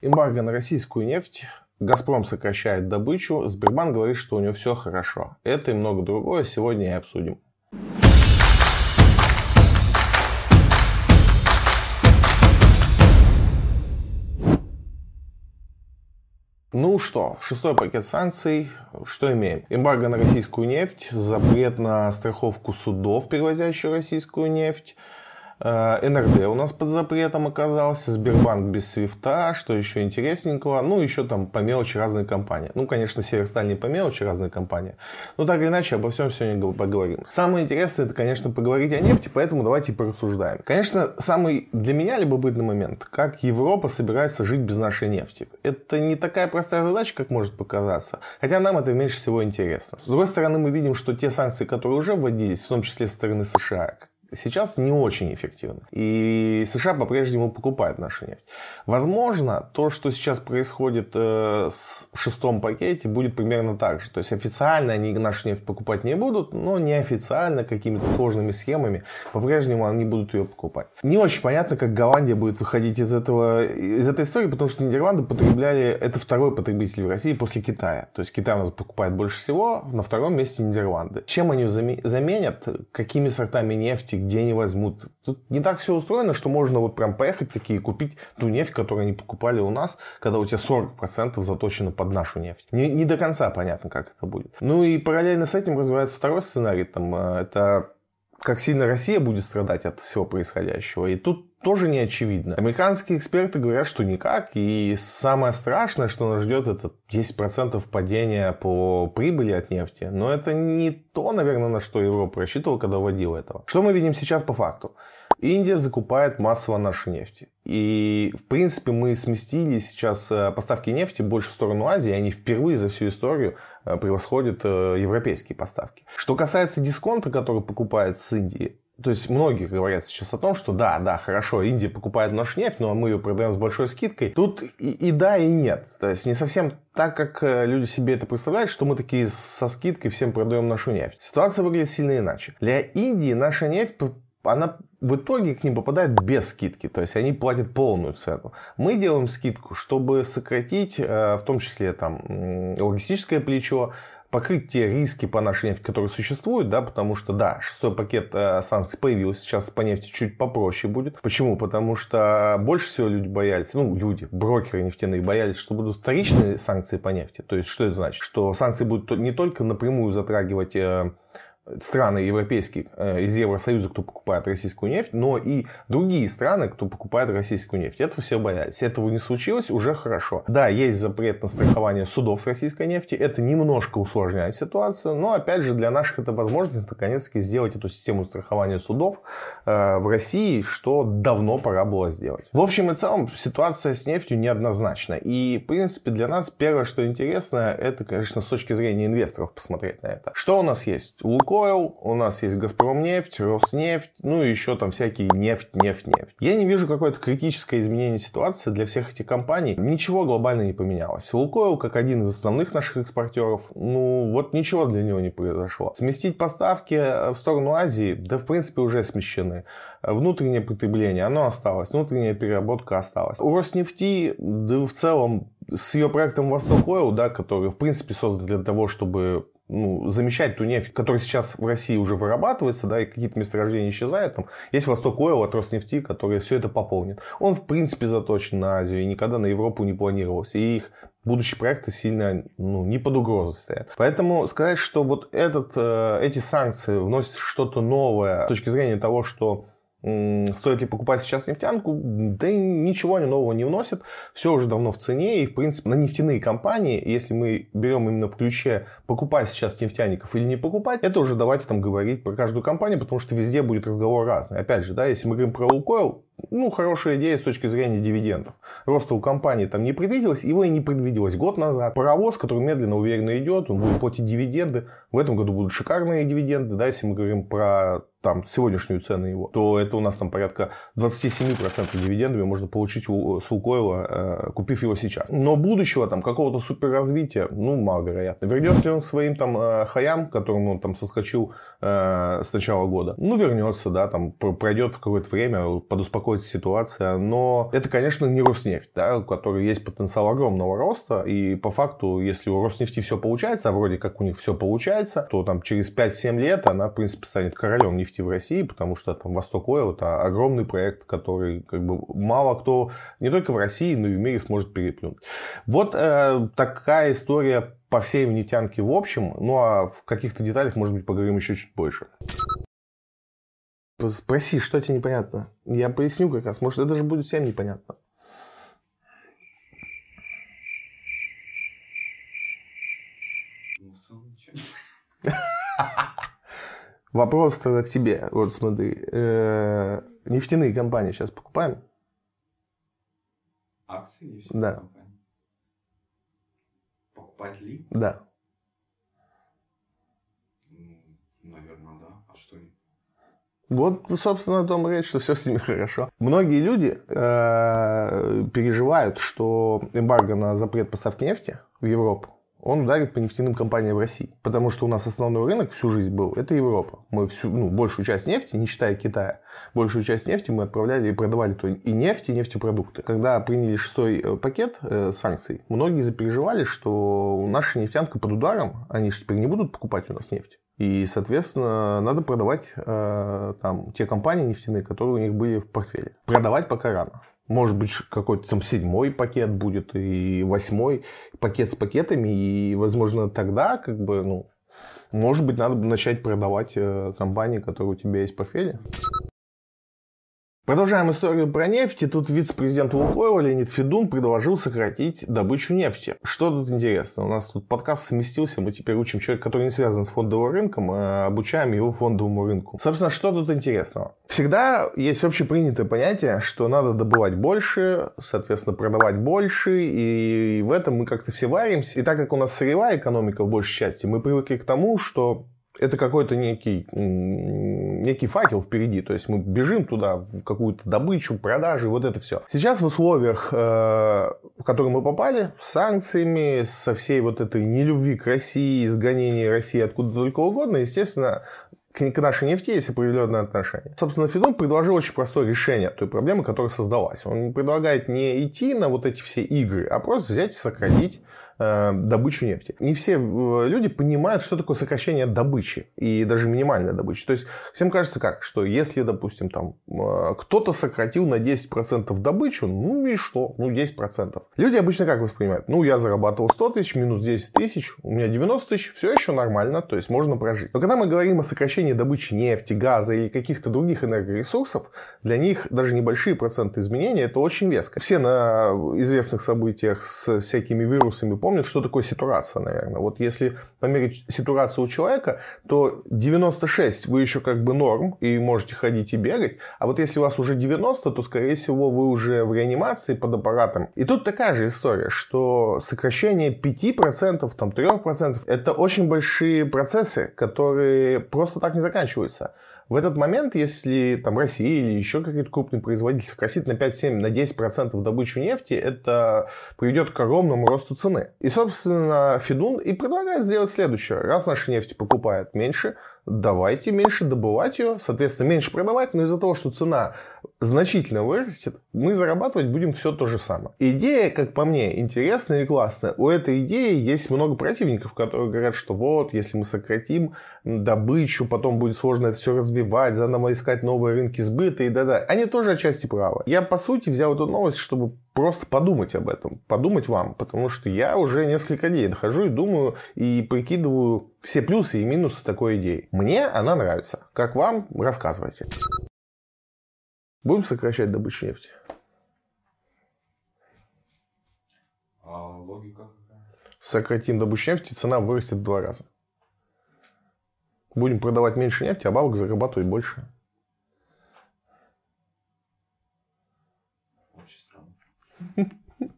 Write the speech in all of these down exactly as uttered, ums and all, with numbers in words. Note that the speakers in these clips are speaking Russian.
Эмбарго на российскую нефть. Газпром сокращает добычу. Сбербанк говорит, что у него все хорошо. Это и много другое сегодня и обсудим. Ну что, шестой пакет санкций. Что имеем? Эмбарго на российскую нефть, запрет на страховку судов, перевозящих российскую нефть. эн эр дэ у нас под запретом оказался, Сбербанк без свифта, что еще интересненького, ну еще там по мелочи разные компании. Ну, конечно, Северсталь не по мелочи разные компании, но так или иначе обо всем сегодня поговорим. Самое интересное, это, конечно, поговорить о нефти, поэтому давайте порассуждаем. Конечно, самый для меня любопытный момент, как Европа собирается жить без нашей нефти. Это не такая простая задача, как может показаться, хотя нам это меньше всего интересно. С другой стороны, мы видим, что те санкции, которые уже вводились, в том числе со стороны США, сейчас не очень эффективны. И США по-прежнему покупают нашу нефть. Возможно, то, что сейчас происходит э, с, в шестом пакете, будет примерно так же. То есть официально они нашу нефть покупать не будут, но неофициально какими-то сложными схемами по-прежнему они будут ее покупать. Не очень понятно, как Голландия будет выходить из, этого, из этой истории, потому что Нидерланды потребляли, это второй потребитель в России после Китая. То есть Китай у нас покупает больше всего, на втором месте Нидерланды. Чем они заменят, какими сортами нефти, где они возьмут. Тут не так все устроено, что можно вот прям поехать такие и купить ту нефть, которую они покупали у нас, когда у тебя сорок процентов заточено под нашу нефть. Не, не до конца понятно, как это будет. Ну и параллельно с этим развивается второй сценарий. Там, это как сильно Россия будет страдать от всего происходящего. И тут тоже не очевидно. Американские эксперты говорят, что никак. И самое страшное, что нас ждет, это десять процентов падения по прибыли от нефти. Но это не то, наверное, на что Европа рассчитывала, когда вводила этого. Что мы видим сейчас по факту? Индия закупает массово нашу нефть. И, в принципе, мы сместили сейчас поставки нефти больше в сторону Азии. Они впервые за всю историю превосходят европейские поставки. Что касается дисконта, который покупает с Индии, то есть многие говорят сейчас о том, что да, да, хорошо, Индия покупает нашу нефть, но мы ее продаем с большой скидкой. Тут и, и да, и нет. То есть не совсем так, как люди себе это представляют, что мы такие со скидкой всем продаем нашу нефть. Ситуация выглядит сильно иначе. Для Индии наша нефть, она в итоге к ним попадает без скидки. То есть они платят полную цену. Мы делаем скидку, чтобы сократить, в том числе там, логистическое плечо, покрыть те риски по нашей нефти, которые существуют, да, потому что, да, шестой пакет э, санкций появился, сейчас по нефти чуть попроще будет. Почему? Потому что больше всего люди боялись, ну, люди, брокеры нефтяные боялись, что будут вторичные санкции по нефти. То есть, что это значит? Что санкции будут не только напрямую затрагивать э, страны европейские э, из Евросоюза, кто покупает российскую нефть, но и другие страны, кто покупает российскую нефть. Этого все боялись. Этого не случилось, уже хорошо. Да, есть запрет на страхование судов с российской нефти. Это немножко усложняет ситуацию, но опять же для наших это возможность наконец-таки сделать эту систему страхования судов э, в России, что давно пора было сделать. В общем и целом ситуация с нефтью неоднозначна. И в принципе для нас первое, что интересно, это, конечно, с точки зрения инвесторов посмотреть на это. Что у нас есть? Лукойл, у нас есть Газпромнефть, Роснефть, ну и еще там всякие нефть, нефть, нефть. Я не вижу какое-то критическое изменение ситуации для всех этих компаний. Ничего глобально не поменялось. Лукойл, как один из основных наших экспортеров, ну вот ничего для него не произошло. Сместить поставки в сторону Азии, да в принципе уже смещены. Внутреннее потребление, оно осталось, внутренняя переработка осталась. У Роснефти, да в целом, с ее проектом Восток Ойл, да, который в принципе создан для того, чтобы ну, замещать ту нефть, которая сейчас в России уже вырабатывается, да, и какие-то месторождения исчезают. Там есть Восток Ойл от Роснефти, который все это пополнит. Он, в принципе, заточен на Азию и никогда на Европу не планировался. И их будущие проекты сильно ну, не под угрозой стоят. Поэтому сказать, что вот этот, эти санкции вносят что-то новое с точки зрения того, что стоит ли покупать сейчас нефтянку? Да ничего они нового не вносят. Все уже давно в цене. И, в принципе, на нефтяные компании, если мы берем именно в ключе покупать сейчас нефтяников или не покупать, это уже давайте там говорить про каждую компанию, потому что везде будет разговор разный. Опять же, да, если мы говорим про Лукойл, ну, хорошая идея с точки зрения дивидендов. Роста у компании там не предвиделось, его и не предвиделось год назад. Паровоз, который медленно, уверенно идет, он будет платить дивиденды. В этом году будут шикарные дивиденды. Да, если мы говорим про там, сегодняшнюю цену его, то это у нас там порядка двадцать семь процентов дивидендами можно получить с Лукойла, э, купив его сейчас. Но будущего там какого-то суперразвития, ну, маловероятно. Вернется ли он к своим там э, хаям, к которым он там соскочил э, с начала года? Ну, вернется, да, там пройдет какое-то время, подуспокоится успокоится ситуация. Но это, конечно, не Роснефть, да, у которой есть потенциал огромного роста. И по факту, если у Роснефти все получается, а вроде как у них все получается, то там через пять-семь лет она, в принципе, станет королем нефти в России, потому что там Восток Ойл — это огромный проект, который как бы мало кто не только в России, но и в мире сможет переплюнуть. Вот э, такая история по всей нефтянке в общем. Ну а в каких-то деталях, может быть, поговорим еще чуть больше. Спроси, что тебе непонятно. Я поясню как раз. Может, это даже будет всем непонятно. Вопрос тогда к тебе. Вот смотри. Э-э- нефтяные компании сейчас покупаем? Акции нефтяных да. компаний? Покупать ли? Да. Наверное, да. А что нет? Вот, собственно, о том и речь, что все с ними хорошо. Многие люди э, переживают, что эмбарго на запрет поставки нефти в Европу, он ударит по нефтяным компаниям в России. Потому что у нас основной рынок всю жизнь был, это Европа. Мы всю, ну, большую часть нефти, не считая Китая, большую часть нефти мы отправляли и продавали то и нефть, и нефтепродукты. Когда приняли шестой пакет э, санкций, многие запереживали, что наша нефтянка под ударом, они же теперь не будут покупать у нас нефть. И, соответственно, надо продавать э, там, те компании нефтяные, которые у них были в портфеле. Продавать пока рано. Может быть, какой-то там седьмой пакет будет, и восьмой пакет с пакетами. И, возможно, тогда, как бы, ну, может быть, надо начать продавать э, компании, которые у тебя есть в портфеле. Продолжаем историю про нефть. И тут вице-президент Лукойла Леонид Федун предложил сократить добычу нефти. Что тут интересно? У нас тут подкаст сместился. Мы теперь учим человека, который не связан с фондовым рынком, а обучаем его фондовому рынку. Собственно, что тут интересного? Всегда есть общепринятое понятие, что надо добывать больше, соответственно, продавать больше. И в этом мы как-то все варимся. И так как у нас сырьевая экономика в большей части, мы привыкли к тому, что это какой-то некий, некий факел впереди. То есть мы бежим туда в какую-то добычу, продажи, вот это все. Сейчас в условиях, в которые мы попали, с санкциями, со всей вот этой нелюбви к России, изгонения России откуда только угодно, естественно, к нашей нефти есть определенное отношение. Собственно, Федун предложил очень простое решение той проблемы, которая создалась. Он предлагает не идти на вот эти все игры, а просто взять и сократить э, добычу нефти. Не все люди понимают, что такое сокращение добычи и даже минимальная добыча. То есть всем кажется как, что если, допустим, там э, кто-то сократил на десять процентов добычу, ну и что? Ну десять процентов. Люди обычно как воспринимают? Ну я зарабатывал сто тысяч, минус десять тысяч, у меня девяносто тысяч, все еще нормально, то есть можно прожить. Но когда мы говорим о сокращении добычи нефти, газа или каких-то других энергоресурсов, для них даже небольшие проценты изменения это очень веско. Все на известных событиях с всякими вирусами помнят, что такое ситуация, наверное. Вот если померить ситуацию у человека, то девяносто шесть вы еще как бы норм и можете ходить и бегать, а вот если у вас уже девяносто, то скорее всего вы уже в реанимации под аппаратом. И тут такая же история, что сокращение пять процентов, там, три процента это очень большие процессы, которые просто так не заканчиваются. В этот момент, если там Россия или еще какой-то крупный производитель сократит на пять, семь, на десять процентов добычу нефти, это приведет к огромному росту цены. И, собственно, Федун и предлагает сделать следующее. Раз наша нефть покупает меньше, давайте меньше добывать ее, соответственно, меньше продавать, но из-за того, что цена значительно вырастет, мы зарабатывать будем все то же самое. Идея, как по мне, интересная и классная. У этой идеи есть много противников, которые говорят, что вот, если мы сократим добычу, потом будет сложно это все развивать, заново искать новые рынки сбыта и да-да. Они тоже отчасти правы. Я, по сути, взял эту новость, чтобы просто подумать об этом, подумать вам, потому что я уже несколько дней дохожу и думаю, и прикидываю все плюсы и минусы такой идеи. Мне она нравится. Как вам? Рассказывайте. Будем сокращать добычу нефти? А логика какая? Сократим добычу нефти, цена вырастет в два раза. Будем продавать меньше нефти, а бабок зарабатывать больше. Очень странно.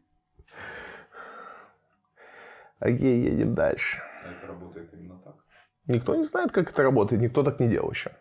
Окей, едем дальше. А это работает именно так? Никто не знает, как это работает, никто так не делал еще.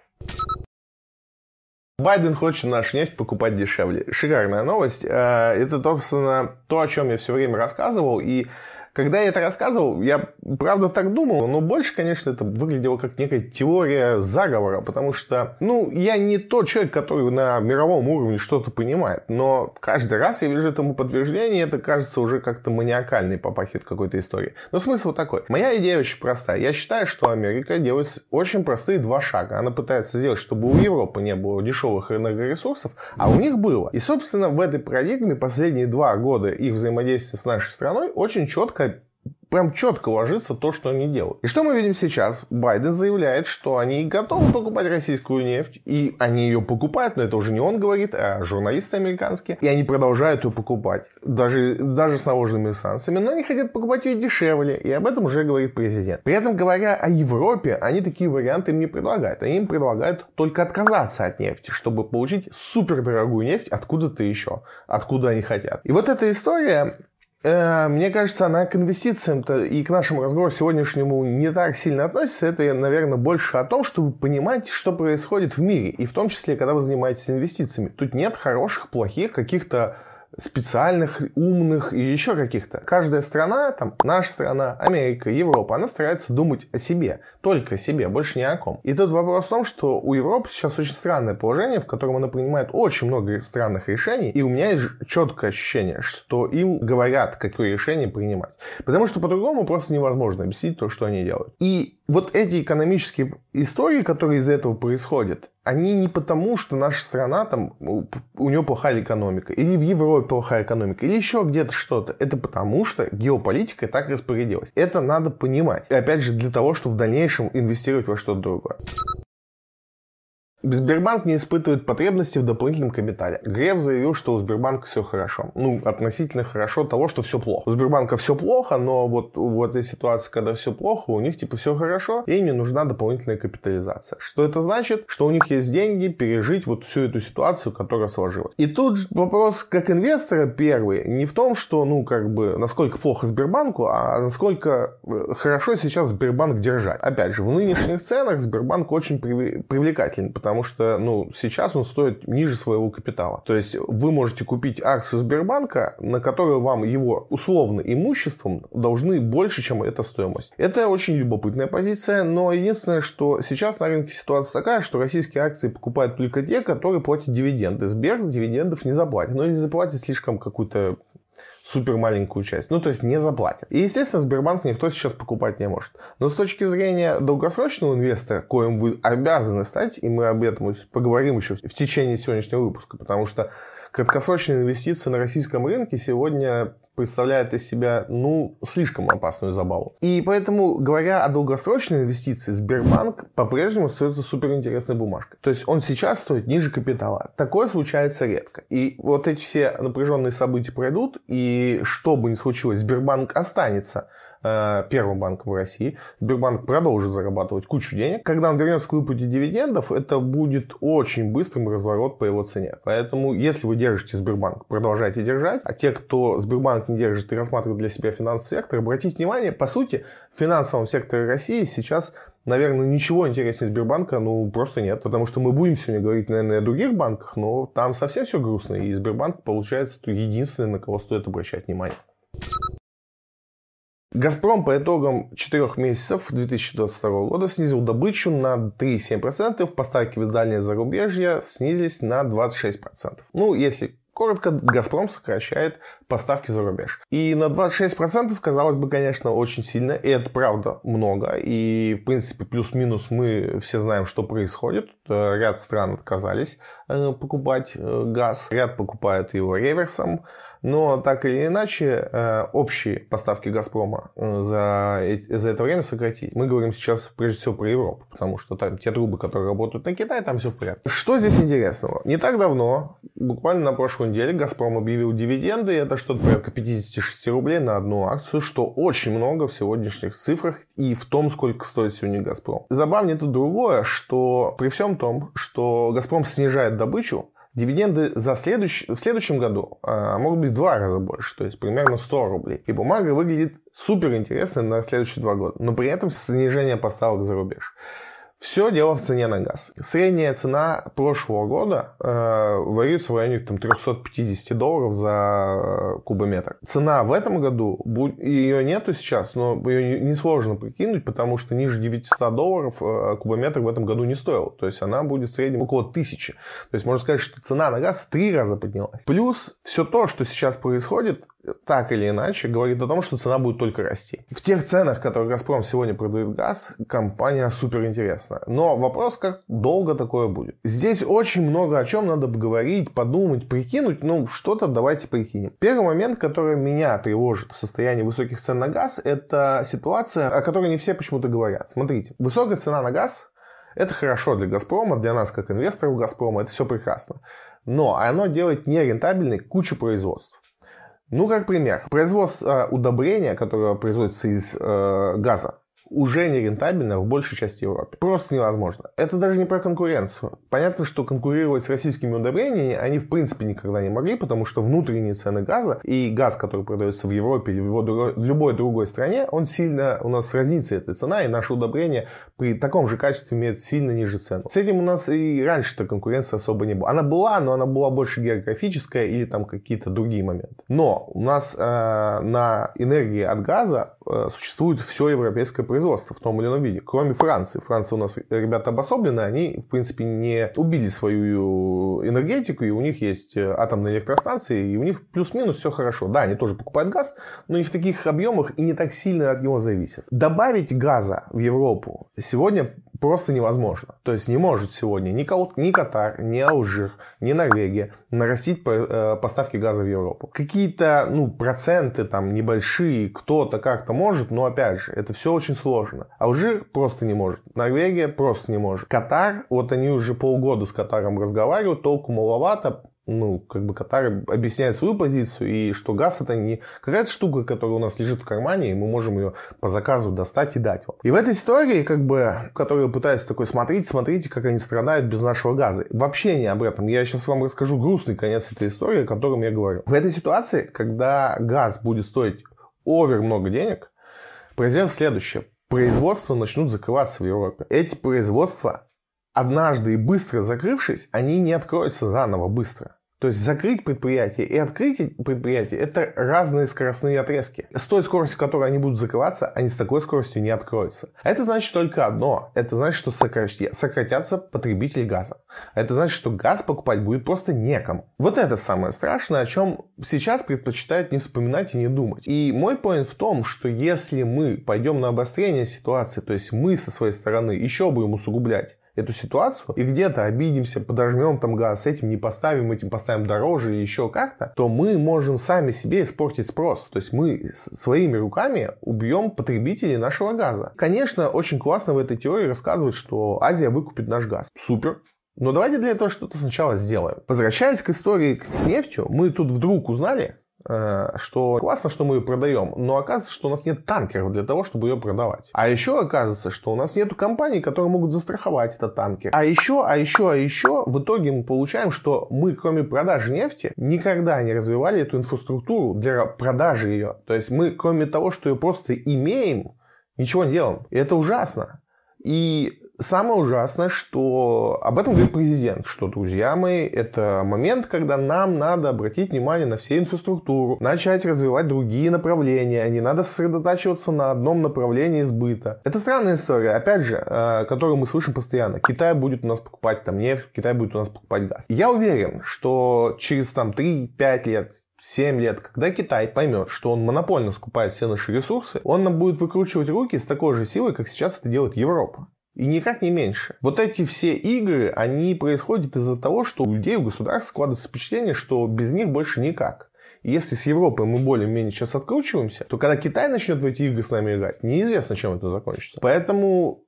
Байден хочет нашу нефть покупать дешевле. Шикарная новость. Это, собственно, то, о чем я все время рассказывал. И Когда я это рассказывал, я правда так думал, но больше, конечно, это выглядело как некая теория заговора, потому что, ну, я не тот человек, который на мировом уровне что-то понимает, но каждый раз я вижу этому подтверждение, и это кажется уже как-то маниакальной попахивает какой-то историей. Но смысл такой. Моя идея очень простая. Я считаю, что Америка делает очень простые два шага. Она пытается сделать, чтобы у Европы не было дешевых энергоресурсов, а у них было. И, собственно, в этой парадигме последние два года их взаимодействия с нашей страной очень четко Прям четко ложится то, что они делают. И что мы видим сейчас? Байден заявляет, что они готовы покупать российскую нефть. И они ее покупают, но это уже не он говорит, а журналисты американские. И они продолжают ее покупать. Даже, даже с наложенными санкциями. Но они хотят покупать ее дешевле. И об этом уже говорит президент. При этом, говоря о Европе, они такие варианты им не предлагают. Они им предлагают только отказаться от нефти, чтобы получить супердорогую нефть откуда-то еще. Откуда они хотят. И вот эта история... Мне кажется, она к инвестициям-то и к нашему разговору сегодняшнему не так сильно относится. Это, наверное, больше о том, чтобы понимать, что происходит в мире. И в том числе, когда вы занимаетесь инвестициями. Тут нет хороших, плохих, каких-то специальных, умных и еще каких-то. Каждая страна, там, наша страна, Америка, Европа, она старается думать о себе. Только о себе, больше ни о ком. И тут вопрос в том, что у Европы сейчас очень странное положение, в котором она принимает очень много странных решений. И у меня есть четкое ощущение, что им говорят, какое решение принимать. Потому что по-другому просто невозможно объяснить то, что они делают. И вот эти экономические истории, которые из-за этого происходят, они не потому, что наша страна, там, у нее плохая экономика, или в Европе плохая экономика, или еще где-то что-то. Это потому, что геополитика так распорядилась. Это надо понимать. И опять же, для того, чтобы в дальнейшем инвестировать во что-то другое. Сбербанк не испытывает потребности в дополнительном капитале. Греф заявил, что у Сбербанка все хорошо. Ну, относительно хорошо того, что все плохо. У Сбербанка все плохо, но вот в этой ситуации, когда все плохо, у них типа все хорошо, и им не нужна дополнительная капитализация. Что это значит? Что у них есть деньги пережить вот всю эту ситуацию, которая сложилась. И тут же вопрос как инвестора первый не в том, что, ну, как бы, насколько плохо Сбербанку, а насколько хорошо сейчас Сбербанк держать. Опять же, в нынешних ценах Сбербанк очень привлекательный, потому что, ну, сейчас он стоит ниже своего капитала. То есть вы можете купить акцию Сбербанка, на которую вам его условно имуществом должны больше, чем эта стоимость. Это очень любопытная позиция, но единственное, что сейчас на рынке ситуация такая, что российские акции покупают только те, которые платят дивиденды. Сбер с дивидендов не заплатит, но не заплатит слишком какую-то супер маленькую часть. Ну, то есть не заплатят. И, естественно, Сбербанк никто сейчас покупать не может. Но с точки зрения долгосрочного инвестора, коим вы обязаны стать, и мы об этом поговорим еще в течение сегодняшнего выпуска, потому что краткосрочные инвестиции на российском рынке сегодня представляют из себя, ну, слишком опасную забаву. И поэтому, говоря о долгосрочной инвестиции, Сбербанк по-прежнему остается суперинтересной бумажкой. То есть он сейчас стоит ниже капитала. Такое случается редко. И вот эти все напряженные события пройдут, и что бы ни случилось, Сбербанк останется первым банком в России. Сбербанк продолжит зарабатывать кучу денег. Когда он вернется к выплате дивидендов, это будет очень быстрым разворот по его цене. Поэтому, если вы держите Сбербанк, продолжайте держать. А те, кто Сбербанк не держит и рассматривает для себя финансовый сектор, обратите внимание, по сути, в финансовом секторе России сейчас, наверное, ничего интереснее Сбербанка, ну, просто нет. Потому что мы будем сегодня говорить, наверное, о других банках, но там совсем все грустно. И Сбербанк, получается, единственный, на кого стоит обращать внимание. «Газпром» по итогам четырех месяцев две тысячи двадцать второго года снизил добычу на три целых семь десятых процента, поставки в дальнее зарубежье снизились на двадцать шесть процентов. Ну, если коротко, «Газпром» сокращает поставки за рубеж. И на двадцать шесть процентов, казалось бы, конечно, очень сильно. И это правда много. И, в принципе, плюс-минус мы все знаем, что происходит. Ряд стран отказались покупать газ. Ряд покупают его реверсом. Но так или иначе, общие поставки «Газпрома» за, за это время сократить. Мы говорим сейчас прежде всего про Европу, потому что там те трубы, которые работают на Китай, там все в порядке. Что здесь интересного? Не так давно, буквально на прошлой неделе, «Газпром» объявил дивиденды. Это что-то порядка пятьдесят шесть рублей на одну акцию, что очень много в сегодняшних цифрах и в том, сколько стоит сегодня «Газпром». Забавнее тут другое, что при всем том, что «Газпром» снижает добычу, дивиденды за следующ... в следующем году а, могут быть в два раза больше, то есть примерно сто рублей. И бумага выглядит супер интересно на следующие два года, но при этом снижение поставок за рубеж. Все дело в цене на газ. Средняя цена прошлого года э, варьируется в районе там, триста пятьдесят долларов за кубометр. Цена в этом году, ее нету сейчас, но ее несложно прикинуть, потому что ниже девятисот долларов э, кубометр в этом году не стоил. То есть она будет в среднем около тысячи. То есть можно сказать, что цена на газ в три раза поднялась. Плюс все то, что сейчас происходит, так или иначе, говорит о том, что цена будет только расти. В тех ценах, которые «Газпром» сегодня продает газ, компания суперинтересна. Но вопрос, как долго такое будет. Здесь очень много о чем надо говорить, подумать, прикинуть. Ну, что-то давайте прикинем. Первый момент, который меня тревожит в состоянии высоких цен на газ, это ситуация, о которой не все почему-то говорят. Смотрите, высокая цена на газ – это хорошо для «Газпрома», для нас, как инвесторов «Газпрома», это все прекрасно. Но оно делает нерентабельной кучу производств. Ну, как пример, производство э, удобрения, которое производится из э, газа, уже не рентабельно в большей части Европы. Просто невозможно. Это даже не про конкуренцию. Понятно, что конкурировать с российскими удобрениями они в принципе никогда не могли, потому что внутренние цены газа и газ, который продается в Европе или в любой другой стране, он сильно, у нас разнится эта цена, и наши удобрения при таком же качестве имеют сильно ниже цену. С этим у нас и раньше-то конкуренции особо не было. Она была, но она была больше географическая или там какие-то другие моменты. Но у нас э, на энергии от газа э, существует все европейское производство. производства в том или ином виде. Кроме Франции. Франция у нас ребята обособлены, они, в принципе, не убили свою энергетику, и у них есть атомные электростанции, и у них плюс-минус все хорошо. Да, они тоже покупают газ, но не в таких объемах и не так сильно от него зависят. Добавить газа в Европу сегодня просто невозможно. То есть не может сегодня ни, ни Катар, ни Алжир, ни Норвегия нарастить поставки газа в Европу. Какие-то ну, проценты там небольшие, кто-то как-то может, но опять же, это все очень сложно. Алжир просто не может. Норвегия просто не может. Катар, вот они уже полгода с Катаром разговаривают, толку маловато. Ну, как бы Катар объясняет свою позицию, и что газ это не какая-то штука, которая у нас лежит в кармане, и мы можем ее по заказу достать и дать вам. И в этой истории, как бы, которую пытаюсь такой, смотрите, смотрите, как они страдают без нашего газа. Вообще не об этом. Я сейчас вам расскажу грустный конец этой истории, о котором я говорю. В этой ситуации, когда газ будет стоить овер много денег, произойдет следующее. Производства начнут закрываться в Европе. Эти производства, однажды и быстро закрывшись, они не откроются заново быстро. То есть закрыть предприятие и открыть предприятие – это разные скоростные отрезки. С той скоростью, с которой они будут закрываться, они с такой скоростью не откроются. Это значит только одно. Это значит, что сократятся потребители газа. Это значит, что газ покупать будет просто некому. Вот это самое страшное, о чем сейчас предпочитают не вспоминать и не думать. И мой поинт в том, что если мы пойдем на обострение ситуации, то есть мы со своей стороны еще будем усугублять эту ситуацию и где-то обидимся, подожмем там газ, этим не поставим, этим поставим дороже или еще как-то, то мы можем сами себе испортить спрос. То есть мы своими руками убьем потребителей нашего газа. Конечно, очень классно в этой теории рассказывать, что Азия выкупит наш газ. Супер. Но давайте для этого что-то сначала сделаем. Возвращаясь к истории с нефтью, мы тут вдруг узнали, что классно, что мы ее продаем, но оказывается, что у нас нет танкеров для того, чтобы ее продавать. А еще оказывается, что у нас нет компаний, которые могут застраховать этот танкер. А еще, а еще, а еще в итоге мы получаем, что мы, кроме продажи нефти, никогда не развивали эту инфраструктуру для продажи ее. То есть мы, кроме того, что ее просто имеем, ничего не делаем. И это ужасно. И самое ужасное, что об этом говорит президент, что, друзья мои, это момент, когда нам надо обратить внимание на всю инфраструктуру, начать развивать другие направления, не надо сосредотачиваться на одном направлении сбыта. Это странная история, опять же, которую мы слышим постоянно. Китай будет у нас покупать там нефть, Китай будет у нас покупать газ. Я уверен, что через там три-пять лет, семь лет, когда Китай поймет, что он монопольно скупает все наши ресурсы, он нам будет выкручивать руки с такой же силой, как сейчас это делает Европа. И никак не меньше. Вот эти все игры, они происходят из-за того, что у людей, у государств складывается впечатление, что без них больше никак. И если с Европой мы более-менее сейчас откручиваемся, то когда Китай начнет в эти игры с нами играть, неизвестно, чем это закончится. Поэтому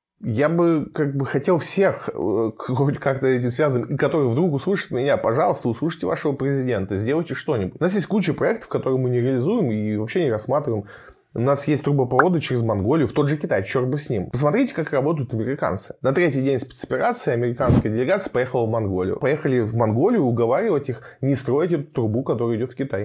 я бы как бы хотел всех, хоть как-то этим связанным, и которые вдруг услышат меня, пожалуйста, услышите вашего президента, сделайте что-нибудь. У нас есть куча проектов, которые мы не реализуем и вообще не рассматриваем. У нас есть трубопроводы через Монголию, в тот же Китай, черт бы с ним. Посмотрите, как работают американцы. На третий день спецоперации американская делегация поехала в Монголию. Поехали в Монголию уговаривать их не строить эту трубу, которая идет в Китай.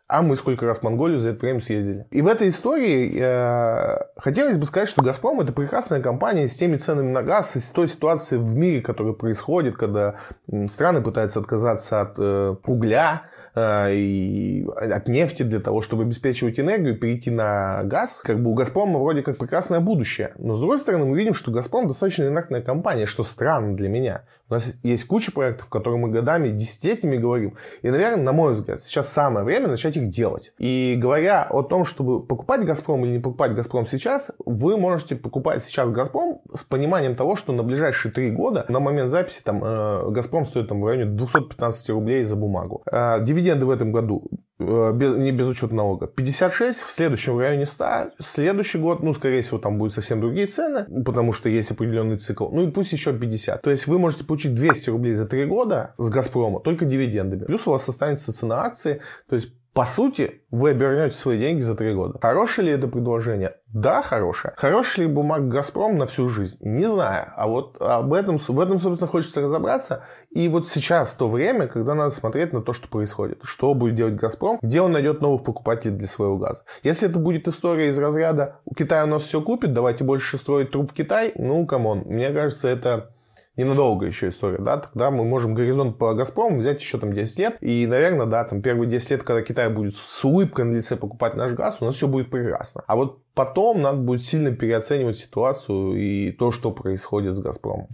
А мы сколько раз в Монголию за это время съездили. И в этой истории э, хотелось бы сказать, что «Газпром» — это прекрасная компания с теми ценами на газ, и с той ситуацией в мире, которая происходит, когда страны пытаются отказаться от э, угля, и от нефти для того, чтобы обеспечивать энергию, перейти на газ. Как бы у «Газпрома» вроде как прекрасное будущее. Но с другой стороны, мы видим, что «Газпром» достаточно инертная компания, что странно для меня. У нас есть куча проектов, которые мы годами, десятилетиями говорим. И, наверное, на мой взгляд, сейчас самое время начать их делать. И говоря о том, чтобы покупать «Газпром» или не покупать «Газпром» сейчас, вы можете покупать сейчас «Газпром» с пониманием того, что на ближайшие три года, на момент записи, там, э, «Газпром» стоит там, в районе двести пятнадцать рублей за бумагу. Э, дивиденды в этом году, э, без, не без учета налога, пятьдесят шесть, в следующем в районе ста. Следующий год, ну, скорее всего, там будут совсем другие цены, потому что есть определенный цикл. Ну, и пусть еще пятьдесят. То есть вы можете получить двести рублей за три года с «Газпрома» только дивидендами. Плюс у вас останется цена акции. То есть, по сути, вы обернете свои деньги за три года. Хорошее ли это предложение? Да, хорошее. Хорошая ли бумага «Газпром» на всю жизнь? Не знаю. А вот об этом, в этом, собственно, хочется разобраться. И вот сейчас то время, когда надо смотреть на то, что происходит. Что будет делать «Газпром», где он найдет новых покупателей для своего газа. Если это будет история из разряда «У Китая у нас все купит, давайте больше строить труб в Китай», ну, камон. Мне кажется, это ненадолго еще история, да, тогда мы можем горизонт по «Газпрому» взять еще там десять лет, и, наверное, да, там первые десять лет, когда Китай будет с улыбкой на лице покупать наш газ, у нас все будет прекрасно. А вот потом надо будет сильно переоценивать ситуацию и то, что происходит с «Газпромом».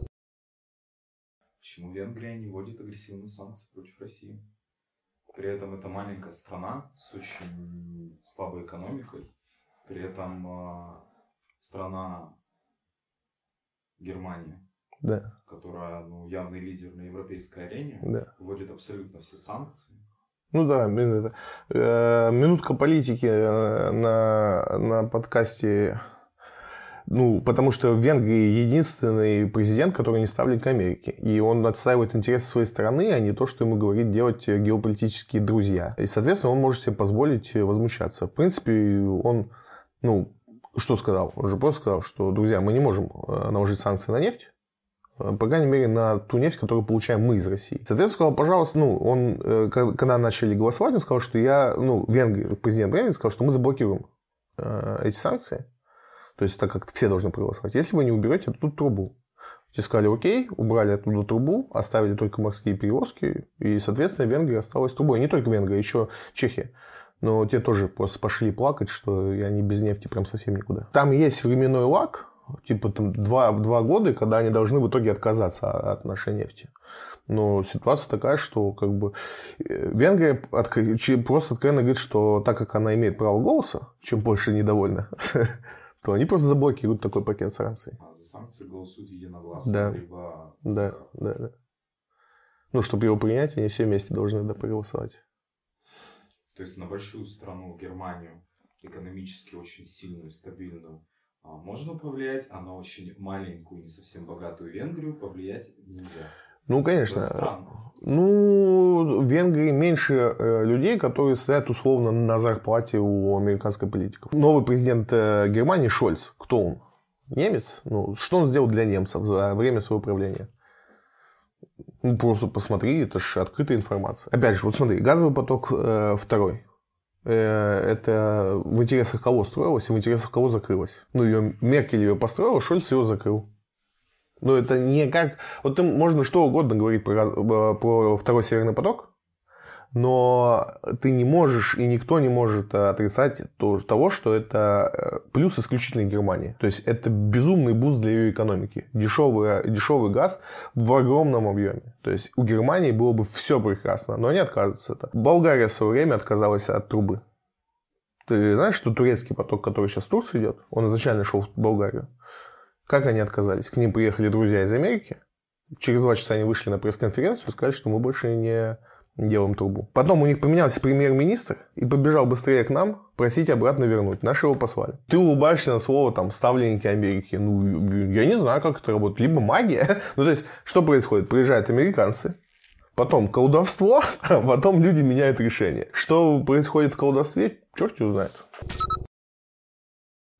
Почему Венгрия не вводит агрессивные санкции против России? При этом это маленькая страна с очень слабой экономикой, при этом э, страна Германия, Да. которая, ну, явный лидер на европейской арене, Да. вводит абсолютно все санкции. Ну да, минутка политики на, на подкасте. Ну, потому что в Венгрии единственный президент, который не ставит к Америке. И он отстаивает интересы своей страны, а не то, что ему говорит делать геополитические друзья. И, соответственно, он может себе позволить возмущаться. В принципе, он, ну, что сказал? Он же просто сказал, что, друзья, мы не можем наложить санкции на нефть. По крайней мере, на ту нефть, которую получаем мы из России. Соответственно, сказал, пожалуйста, ну, он, когда начали голосовать, он сказал, что я, ну, Венгрия, президент Венгрии сказал, что мы заблокируем эти санкции. То есть, так как все должны проголосовать. Если вы не уберете оттуда трубу. Те сказали, окей, убрали оттуда трубу, оставили только морские перевозки, и, соответственно, Венгрия осталась трубой. И не только Венгрия, еще Чехия. Но те тоже просто пошли плакать, что они без нефти прям совсем никуда. Там есть временной лаг, типа там два, в два года, когда они должны в итоге отказаться от нашей нефти. Но ситуация такая, что как бы Венгрия отк... просто откровенно говорит, что так как она имеет право голоса, чем Польша недовольна, то они просто заблокируют такой пакет санкций. А за санкции голосуют единогласно, да. либо... Да, да, да. Ну, чтобы его принять, они все вместе должны да, проголосовать. То есть на большую страну, Германию, экономически очень сильную, стабильную, можно повлиять, а на очень маленькую, не совсем богатую Венгрию повлиять нельзя. Ну, конечно. Ну, в Венгрии меньше э, людей, которые стоят условно на зарплате у американской политиков. Новый президент э, Германии Шольц. Кто он? Немец? Ну, что он сделал для немцев за время своего правления? Ну, просто посмотри, это же открытая информация. Опять же, вот смотри, газовый поток э, второй. Э, это в интересах кого строилось и в интересах кого закрылось? Ну, ее, Меркель ее построила, Шольц ее закрыл. Но это не как... Вот им можно что угодно говорить про, про второй Северный поток, но ты не можешь, и никто не может отрицать то, того, что это плюс исключительно Германии. То есть, это безумный буст для ее экономики. Дешевый, дешевый газ в огромном объеме. То есть, у Германии было бы все прекрасно, но они отказываются от этого. Болгария в свое время отказалась от трубы. Ты знаешь, что турецкий поток, который сейчас в Турцию идет, он изначально шел в Болгарию. Как они отказались? К ним приехали друзья из Америки. Через два часа они вышли на пресс-конференцию и сказали, что мы больше не делаем трубу. Потом у них поменялся премьер-министр и побежал быстрее к нам просить обратно вернуть. Наши его послали. Ты улыбаешься на слово там ставленники Америки. Ну, я не знаю, как это работает. Либо магия. Ну, то есть, что происходит? Приезжают американцы, потом колдовство, а потом люди меняют решение. Что происходит в колдовстве, черт его знает.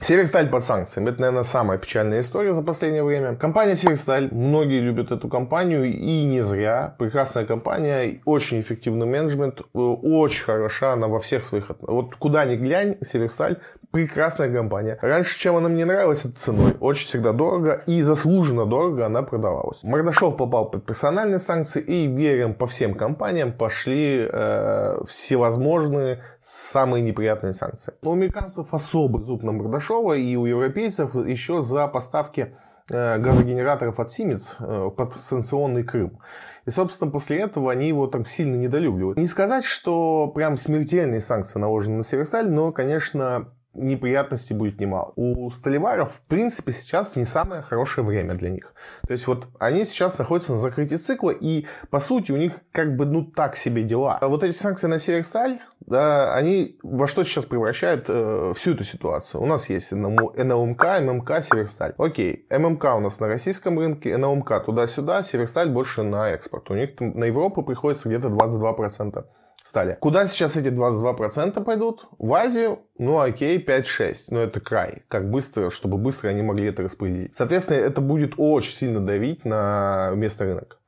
Северсталь под санкциями. Это, наверное, самая печальная история за последнее время. Компания Северсталь, многие любят эту компанию, и не зря. Прекрасная компания, очень эффективный менеджмент, очень хороша она во всех своих... Вот куда ни глянь, Северсталь прекрасная компания. Раньше, чем она мне нравилась, это ценой. Очень всегда дорого и заслуженно дорого она продавалась. Мордашов попал под персональные санкции, и веером по всем компаниям пошли э, всевозможные самые неприятные санкции. У американцев особый зуб на Мордашова, и у европейцев еще за поставки э, газогенераторов от Siemens э, под санкционный Крым. И, собственно, после этого они его там сильно недолюбливают. Не сказать, что прям смертельные санкции наложены на Северсталь, но, конечно, неприятностей будет немало. У сталеваров, в принципе, сейчас не самое хорошее время для них. То есть вот они сейчас находятся на закрытии цикла, и по сути у них как бы ну так себе дела. А вот эти санкции на Северсталь, да, они во что сейчас превращают э, всю эту ситуацию. У нас есть эн эл эм ка, эм эм ка, Северсталь. Окей, эм эм ка у нас на российском рынке, эн эл эм ка туда-сюда, Северсталь больше на экспорт. У них там на Европу приходится где-то двадцать два процента. Стали. Куда сейчас эти двадцать два процента пойдут? В Азию? Ну окей, пять-шесть. Но это край. Как быстро, чтобы быстро они могли это распределить. Соответственно, это будет очень сильно давить на местный рынок.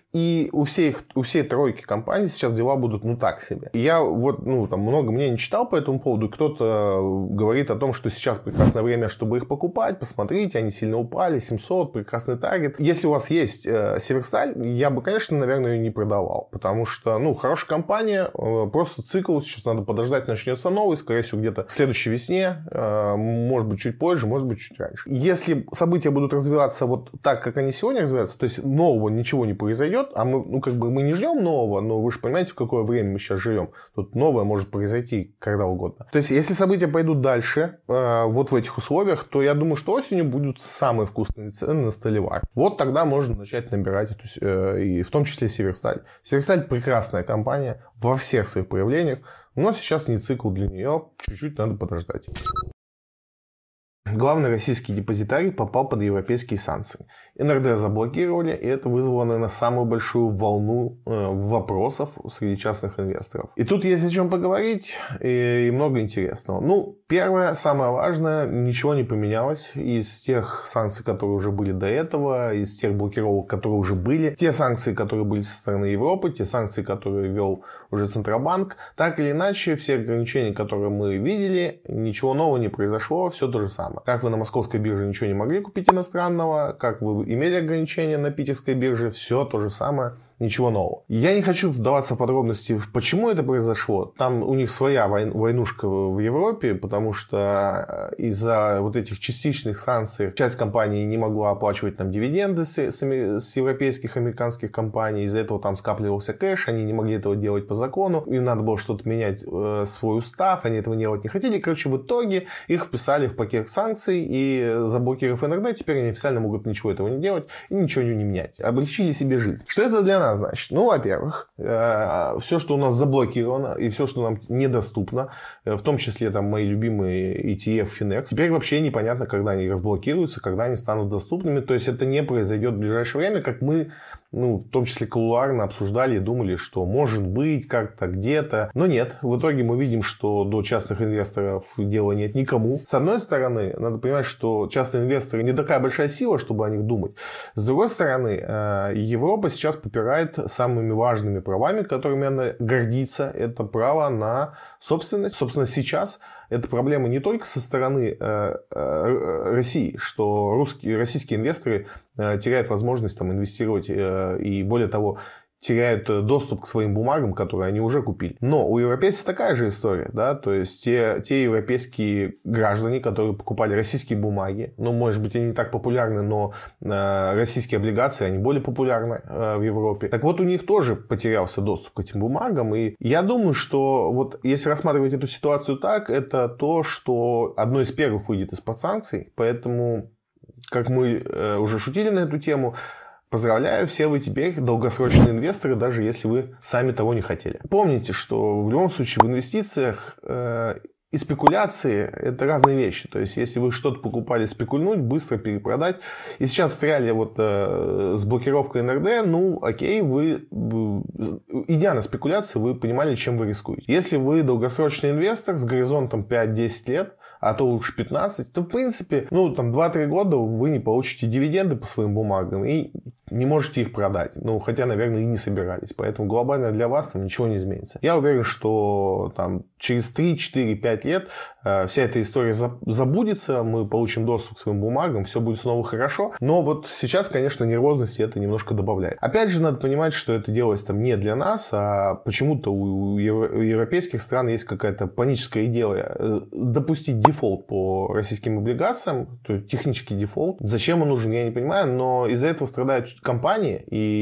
И у всей, у всей тройки компаний сейчас дела будут ну так себе. Я вот ну там много мнений читал по этому поводу. Кто-то говорит о том, что сейчас прекрасное время, чтобы их покупать. Посмотрите, они сильно упали. семьсот, прекрасный таргет. Если у вас есть э, Северсталь, я бы, конечно, наверное, ее не продавал. Потому что, ну, хорошая компания. Э, просто цикл. Сейчас надо подождать, начнется новый. Скорее всего, где-то в следующей весне. Э, может быть, чуть позже, может быть, чуть раньше. Если события будут развиваться вот так, как они сегодня развиваются, то есть нового ничего не произойдет, а мы, ну, как бы мы не ждем нового, но вы же понимаете, в какое время мы сейчас живем. Тут новое может произойти когда угодно. То есть, если события пойдут дальше, э, вот в этих условиях, то я думаю, что осенью будут самые вкусные цены на сталевар. Вот тогда можно начать набирать эту, э, и в том числе Северсталь. Северсталь прекрасная компания во всех своих проявлениях, но сейчас не цикл для нее, чуть-чуть надо подождать. Главный российский депозитарий попал под европейские санкции. эн эр дэ заблокировали, и это вызвало, наверное, самую большую волну э, вопросов среди частных инвесторов. И тут есть о чем поговорить, и, и много интересного. Ну, первое, самое важное, ничего не поменялось из тех санкций, которые уже были до этого, из тех блокировок, которые уже были, те санкции, которые были со стороны Европы, те санкции, которые ввел уже Центробанк. Так или иначе, все ограничения, которые мы видели, ничего нового не произошло, все то же самое. Как вы на московской бирже ничего не могли купить иностранного, как вы имели ограничения на питерской бирже, все то же самое, ничего нового. Я не хочу вдаваться в подробности, почему это произошло. Там у них своя войнушка в Европе, потому что из-за вот этих частичных санкций часть компаний не могла оплачивать там дивиденды с, с, с европейских, американских компаний. Из-за этого там скапливался кэш, они не могли этого делать по закону. Им надо было что-то менять, э, свой устав, они этого делать не хотели. Короче, в итоге их вписали в пакет санкций, и заблокировав эн эр дэ, теперь они официально могут ничего этого не делать и ничего не менять. Облегчили себе жизнь. Что это для нас значит? Ну, во-первых, э, все, что у нас заблокировано и все, что нам недоступно, э, в том числе там мои любимые и ти эф, Finex, теперь вообще непонятно, когда они разблокируются, когда они станут доступными. То есть это не произойдет в ближайшее время, как мы, ну, в том числе кулуарно обсуждали и думали, что может быть как-то где-то. Но нет, в итоге мы видим, что до частных инвесторов дела нет никому. С одной стороны, надо понимать, что частные инвесторы не такая большая сила, чтобы о них думать. С другой стороны, э, Европа сейчас попирает самыми важными правами, которыми она гордится. Это право на собственность. Собственно, сейчас эта проблема не только со стороны э, э, России, что русские, российские инвесторы э, теряют возможность там, инвестировать э, и, более того, теряют доступ к своим бумагам, которые они уже купили. Но у европейцев такая же история, да, то есть те, те европейские граждане, которые покупали российские бумаги, ну, может быть, они не так популярны, но э, российские облигации, они более популярны э, в Европе. Так вот, у них тоже потерялся доступ к этим бумагам, и я думаю, что вот если рассматривать эту ситуацию так, это то, что одно из первых выйдет из-под санкций, поэтому, как мы э, уже шутили на эту тему, поздравляю, все вы теперь долгосрочные инвесторы, даже если вы сами того не хотели. Помните, что в любом случае в инвестициях э, и спекуляции это разные вещи. То есть, если вы что-то покупали спекульнуть, быстро перепродать. И сейчас встряли вот э, с блокировкой эн эр дэ, ну окей, вы, идя на спекуляции, вы понимали, чем вы рискуете. Если вы долгосрочный инвестор с горизонтом пять-десять лет, а то лучше пятнадцать, то в принципе, ну там два-три года вы не получите дивиденды по своим бумагам и не можете их продать. Ну, хотя, наверное, и не собирались. Поэтому глобально для вас там ничего не изменится. Я уверен, что там через три, четыре, пять лет э, вся эта история за, забудется, мы получим доступ к своим бумагам, все будет снова хорошо. Но вот сейчас, конечно, нервозности это немножко добавляет. Опять же, надо понимать, что это делалось там не для нас, а почему-то у, у европейских стран есть какая-то паническая идея допустить дефолт по российским облигациям, то есть технический дефолт. Зачем он нужен, я не понимаю, но из-за этого страдают компании,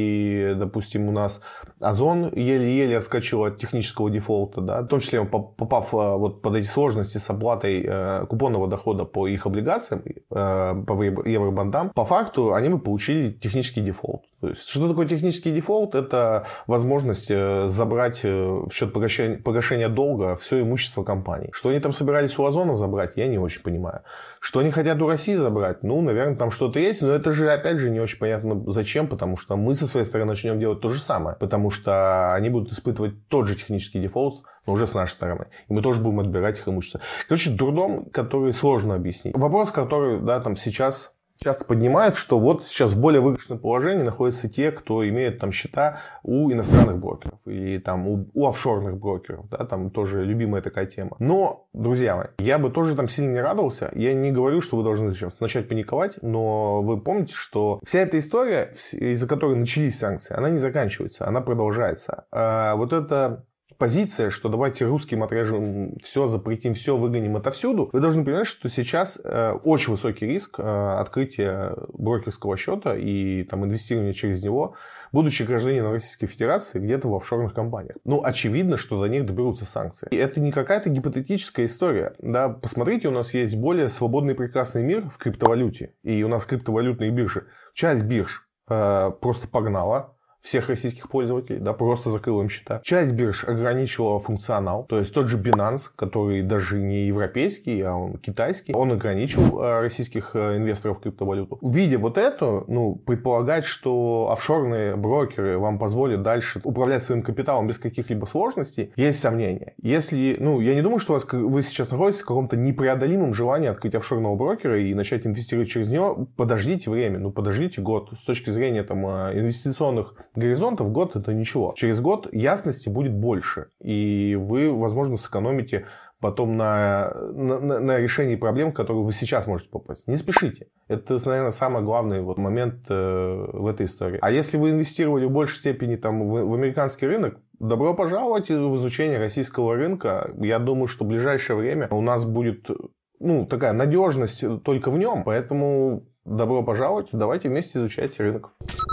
и, допустим, у нас Озон еле-еле отскочил от технического дефолта, да, в том числе попав вот под эти сложности с оплатой э, купонного дохода по их облигациям, э, по евробандам, по факту они бы получили технический дефолт. То есть, что такое технический дефолт? Это возможность э, забрать э, в счет погашения, погашения долга все имущество компании. Что они там собирались у Озона забрать, я не очень понимаю. Что они хотят у России забрать? Ну, наверное, там что-то есть, но это же, опять же, не очень понятно зачем, потому что мы со своей стороны начнем делать то же самое, потому что они будут испытывать тот же технический дефолт, но уже с нашей стороны. И мы тоже будем отбирать их имущество. Короче, дурдом, который сложно объяснить. Вопрос, который, да, там сейчас часто поднимают, что вот сейчас в более выигрышном положении находятся те, кто имеет там счета у иностранных брокеров или там у, у офшорных брокеров, да, там тоже любимая такая тема. Но, друзья мои, я бы тоже там сильно не радовался. Я не говорю, что вы должны сейчас начать паниковать, но вы помните, что вся эта история, из-за которой начались санкции, она не заканчивается, она продолжается. А вот это позиция, что давайте русским отрежем все, запретим все, выгоним отовсюду, вы должны понимать, что сейчас э, очень высокий риск э, открытия брокерского счета и там, инвестирования через него, будучи гражданином Российской Федерации где-то в офшорных компаниях. Ну, очевидно, что до них доберутся санкции. И это не какая-то гипотетическая история. Да, посмотрите, у нас есть более свободный и прекрасный мир в криптовалюте, и у нас криптовалютные биржи. Часть бирж э, просто погнала всех российских пользователей, да, просто закрыл им счета. Часть бирж ограничивала функционал, то есть тот же Binance, который даже не европейский, а он китайский, он ограничил российских инвесторов в криптовалюту. Видя вот это, ну, предполагать, что офшорные брокеры вам позволят дальше управлять своим капиталом без каких-либо сложностей, есть сомнения. Если, ну, я не думаю, что у вас, вы сейчас находитесь в каком-то непреодолимом желании открыть офшорного брокера и начать инвестировать через него, подождите время, ну, подождите год. С точки зрения там инвестиционных горизонтов год это ничего. Через год ясности будет больше. И вы, возможно, сэкономите потом на, на, на решении проблем, которые вы сейчас можете попасть. Не спешите. Это, наверное, самый главный вот момент э, в этой истории. А если вы инвестировали в большей степени там, в, в американский рынок, добро пожаловать в изучение российского рынка. Я думаю, что в ближайшее время у нас будет, ну, такая надежность только в нем. Поэтому добро пожаловать. Давайте вместе изучать рынок.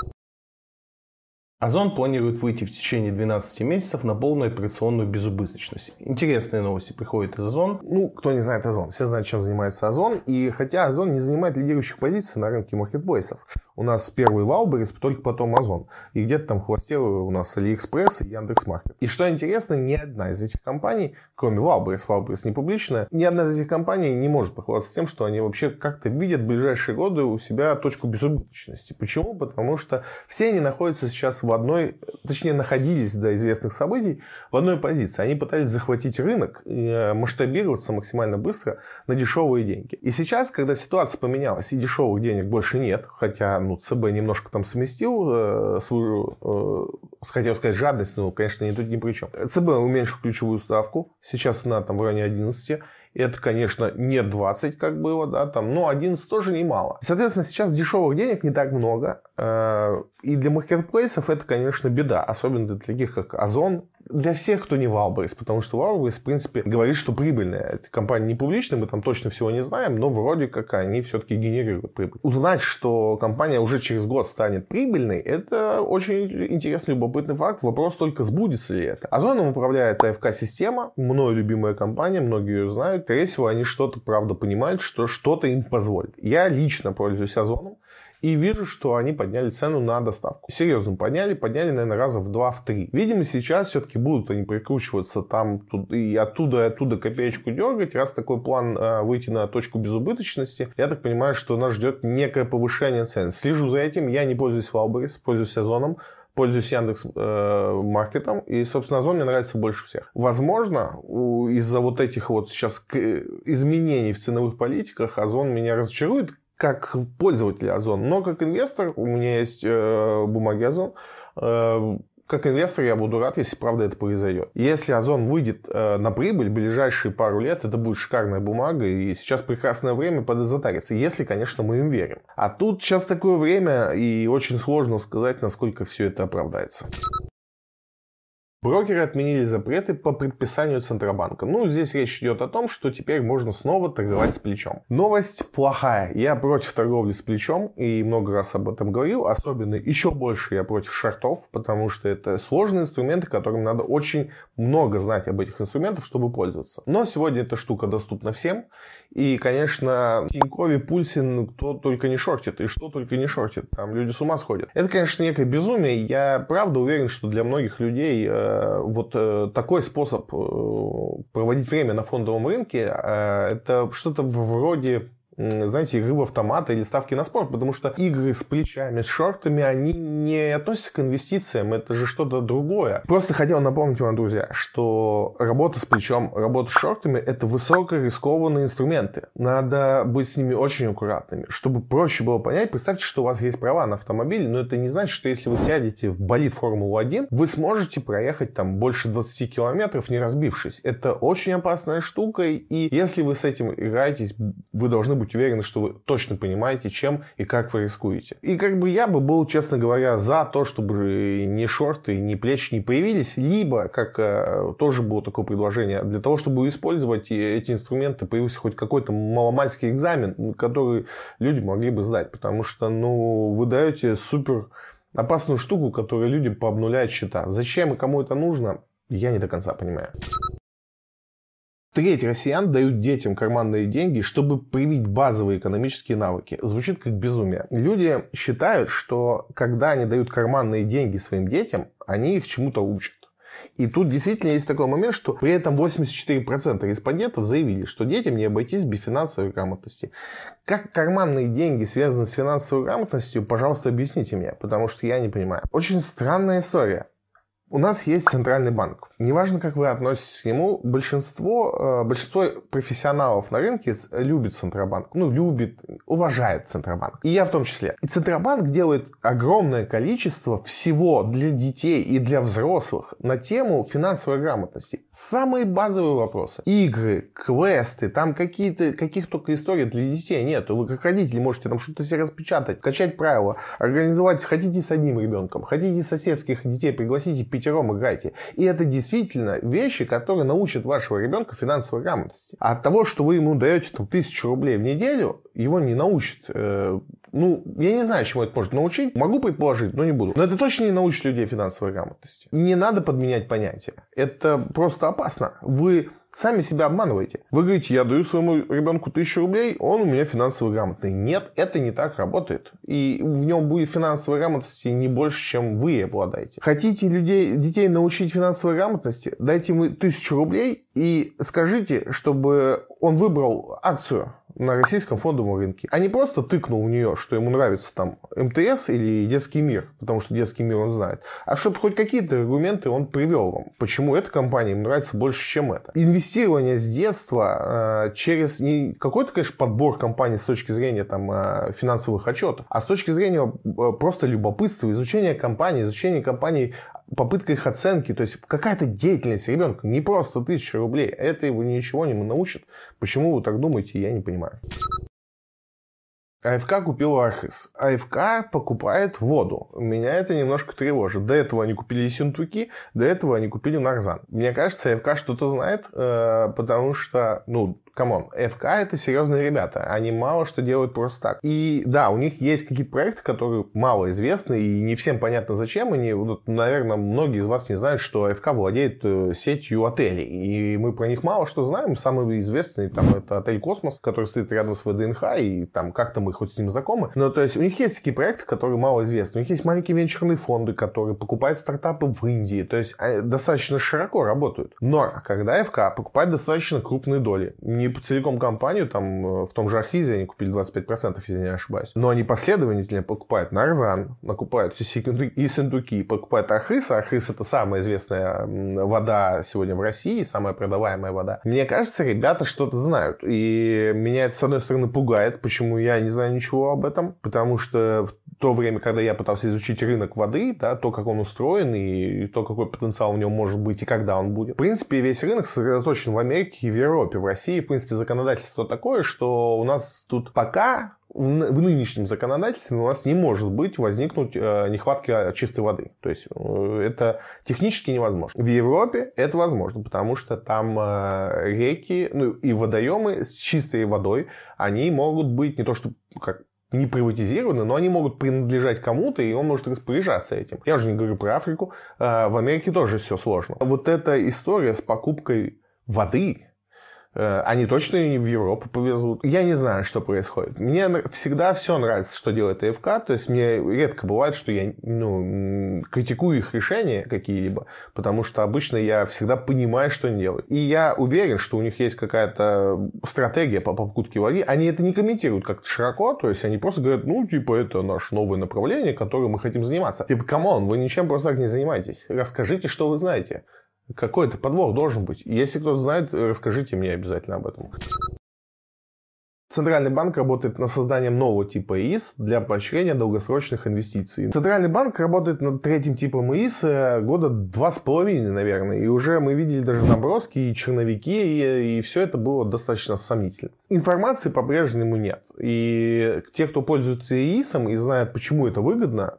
Озон планирует выйти в течение двенадцати месяцев на полную операционную безубыточность. Интересные новости приходят из Озон. Ну, кто не знает Озон, все знают, чем занимается Озон. И хотя Озон не занимает лидирующих позиций на рынке маркетплейсов. У нас первый Wildberries, только потом Озон. И где-то там в хвосте у нас AliExpress и Яндекс.Маркет. И что интересно, ни одна из этих компаний, кроме Wildberries, Wildberries не публичная, ни одна из этих компаний не может похвастаться тем, что они вообще как-то видят в ближайшие годы у себя точку безубыточности. Почему? Потому что все они находятся сейчас в одной, точнее находились до известных событий в одной позиции. Они пытались захватить рынок и масштабироваться максимально быстро на дешевые деньги. И сейчас, когда ситуация поменялась и дешевых денег больше нет, хотя ну, ЦБ немножко там сместил э, свою, э, хотел сказать, жадность, но, конечно, не тут ни при чем. ЦБ уменьшил ключевую ставку, сейчас она там в районе одиннадцати. Это, конечно, не двадцать, как было, да, там, но одиннадцать тоже немало. Соответственно, сейчас дешевых денег не так много. И для маркетплейсов это, конечно, беда. Особенно для таких, как Озон. Для всех, кто не Wildberries. Потому что Wildberries, в принципе, говорит, что прибыльная. Эта компания не публичная, мы там точно всего не знаем, но вроде как они все-таки генерируют прибыль. Узнать, что компания уже через год станет прибыльной, это очень интересный, любопытный факт. Вопрос только, сбудется ли это. Озоном управляет АФК-система, мною любимая компания, многие ее знают. Скорее всего, они что-то, правда, понимают, что что-то им позволит. Я лично пользуюсь Озоном. И вижу, что они подняли цену на доставку. Серьезно подняли, подняли, наверное, раза в два-в три. Видимо, сейчас все-таки будут они прикручиваться там тут, и оттуда, и оттуда копеечку дергать. Раз такой план э, выйти на точку безубыточности, я так понимаю, что нас ждет некое повышение цен. Слежу за этим. Я не пользуюсь Wildberries, пользуюсь Озоном. пользуюсь Яндекс.Маркетом, и, собственно, Озон мне нравится больше всех. Возможно, из-за вот этих вот сейчас изменений в ценовых политиках Озон меня разочарует как пользователь Озон, но как инвестор, у меня есть бумаги Озон, как инвестор я буду рад, если правда это произойдет. Если Озон выйдет э, на прибыль в ближайшие пару лет, это будет шикарная бумага, и сейчас прекрасное время подзатариться, если, конечно, мы им верим. А тут сейчас такое время, и очень сложно сказать, насколько все это оправдается. Брокеры отменили запреты по предписанию Центробанка. Ну, здесь речь идет о том, что теперь можно снова торговать с плечом. Новость плохая. Я против торговли с плечом и много раз об этом говорил. Особенно еще больше я против шортов, потому что это сложные инструменты, которым надо очень много знать об этих инструментах, чтобы пользоваться. Но сегодня эта штука доступна всем. И, конечно, Тинькове, Пульсин, кто только не шортит и что только не шортит. Там люди с ума сходят. Это, конечно, некое безумие. Я правда уверен, что для многих людей э, вот э, такой способ э, проводить время на фондовом рынке э, это что-то вроде, знаете, игры в автоматы или ставки на спорт, потому что игры с плечами, с шортами, они не относятся к инвестициям, это же что-то другое. Просто хотел напомнить вам, друзья, что работа с плечом, работа с шортами — это высокорискованные инструменты. Надо быть с ними очень аккуратными, чтобы проще было понять. Представьте, что у вас есть права на автомобиль, но это не значит, что если вы сядете в болид Формулу один, вы сможете проехать там больше двадцати километров, не разбившись. Это очень опасная штука, и если вы с этим играетесь, вы должны быть уверены, что вы точно понимаете, чем и как вы рискуете. И как бы я бы был, честно говоря, за то, чтобы ни шорты, ни плечи не появились, либо, как э, тоже было такое предложение, для того, чтобы использовать эти инструменты, появился хоть какой-то маломальский экзамен, который люди могли бы сдать. Потому что, ну, вы даете супер опасную штуку, которая людям пообнуляет счета. Зачем и кому это нужно, я не до конца понимаю. Треть россиян дают детям карманные деньги, чтобы привить базовые экономические навыки. Звучит как безумие. Люди считают, что когда они дают карманные деньги своим детям, они их чему-то учат. И тут действительно есть такой момент, что при этом восемьдесят четыре процента респондентов заявили, что детям не обойтись без финансовой грамотности. Как карманные деньги связаны с финансовой грамотностью, пожалуйста, объясните мне, потому что я не понимаю. Очень странная история. У нас есть центральный банк. Неважно, как вы относитесь к нему, большинство, большинство профессионалов на рынке любит Центробанк. Ну, любит, уважает Центробанк. И я в том числе. И Центробанк делает огромное количество всего для детей и для взрослых на тему финансовой грамотности. Самые базовые вопросы. Игры, квесты, там какие-то, каких только историй для детей нет. Вы как родители можете там что-то себе распечатать, качать правила, организовать, хотите с одним ребенком, хотите соседских детей пригласите, пятером играйте. И это действительно вещи, которые научат вашего ребенка финансовой грамотности. А от того, что вы ему даете там, тысячу рублей в неделю, его не научит. Э, ну, я не знаю, чему это может научить. Могу предположить, но не буду. Но это точно не научит людей финансовой грамотности. Не надо подменять понятия. Это просто опасно. Вы сами себя обманываете. Вы говорите, я даю своему ребенку тысячу рублей, он у меня финансово грамотный. Нет, это не так работает. И в нем будет финансовой грамотности не больше, чем вы обладаете. Хотите людей, детей научить финансовой грамотности? Дайте ему тысячу рублей и скажите, чтобы он выбрал акцию на российском фондовом рынке, а не просто тыкнул в нее, что ему нравится там эм тэ эс или детский мир, потому что детский мир он знает, а чтобы хоть какие-то аргументы он привел вам, почему эта компания ему нравится больше, чем это. Инвестирование с детства э, через не какой-то, конечно, подбор компаний с точки зрения там, э, финансовых отчетов, а с точки зрения э, просто любопытства, изучения компаний, изучения компаний, попытка их оценки, то есть какая-то деятельность ребенка, не просто тысяча рублей, это его ничего не научит. Почему вы так думаете, я не понимаю. АФК купила Архыз. АФК покупает воду. Меня это немножко тревожит. До этого они купили Ессентуки, до этого они купили Нарзан. Мне кажется, АФК что-то знает, потому что, ну, камон, АФК это серьезные ребята. Они мало что делают просто так. И да, у них есть какие-то проекты, которые мало известны, и не всем понятно, зачем они. Вот, наверное, многие из вас не знают, что АФК владеет сетью отелей. И мы про них мало что знаем. Самый известный там это отель «Космос», который стоит рядом с вэ дэ эн ха, и там как-то мы хоть с ним знакомы. Но то есть у них есть такие проекты, которые мало известны. У них есть маленькие венчурные фонды, которые покупают стартапы в Индии. То есть достаточно широко работают. Но когда АФК покупает достаточно крупные доли, не купили целиком компанию, там в том же Архизе они купили двадцать пять процентов, если не ошибаюсь. Но они последовательно покупают Нарзан, накупают Ессентуки, покупают Архыз. Архыз — это самая известная вода сегодня в России, самая продаваемая вода. Мне кажется, ребята что-то знают. И меня это, с одной стороны, пугает. Почему я не знаю ничего об этом? Потому что в то время, когда я пытался изучить рынок воды, да, то, как он устроен, и то, какой потенциал в нем может быть, и когда он будет. В принципе, весь рынок сосредоточен в Америке и в Европе. В России, в принципе, законодательство такое, что у нас тут пока в нынешнем законодательстве у нас не может быть возникнуть нехватки чистой воды. То есть это технически невозможно. В Европе это возможно, потому что там реки, ну, и водоемы с чистой водой, они могут быть не то что как не приватизированы, но они могут принадлежать кому-то, и он может распоряжаться этим. Я уже не говорю про Африку. В Америке тоже все сложно. Вот эта история с покупкой воды, они точно ее не в Европу повезут. Я не знаю, что происходит. Мне всегда все нравится, что делает АФК. То есть мне редко бывает, что я ну, критикую их решения какие-либо, потому что обычно я всегда понимаю, что они делают. И я уверен, что у них есть какая-то стратегия по покупке воды. Они это не комментируют как-то широко. То есть они просто говорят, ну, типа, это наше новое направление, которым мы хотим заниматься. Типа, камон, вы ничем просто так не занимаетесь. Расскажите, что вы знаете. Какой-то подвох должен быть. Если кто-то знает, расскажите мне обязательно об этом. Центральный банк работает над созданием нового типа ИИС для поощрения долгосрочных инвестиций. Центральный банк работает над третьим типом ИИС года два с половиной, наверное. И уже мы видели даже наброски и черновики, и, и все это было достаточно сомнительно. Информации по-прежнему нет. И те, кто пользуется ИИСом и знает, почему это выгодно,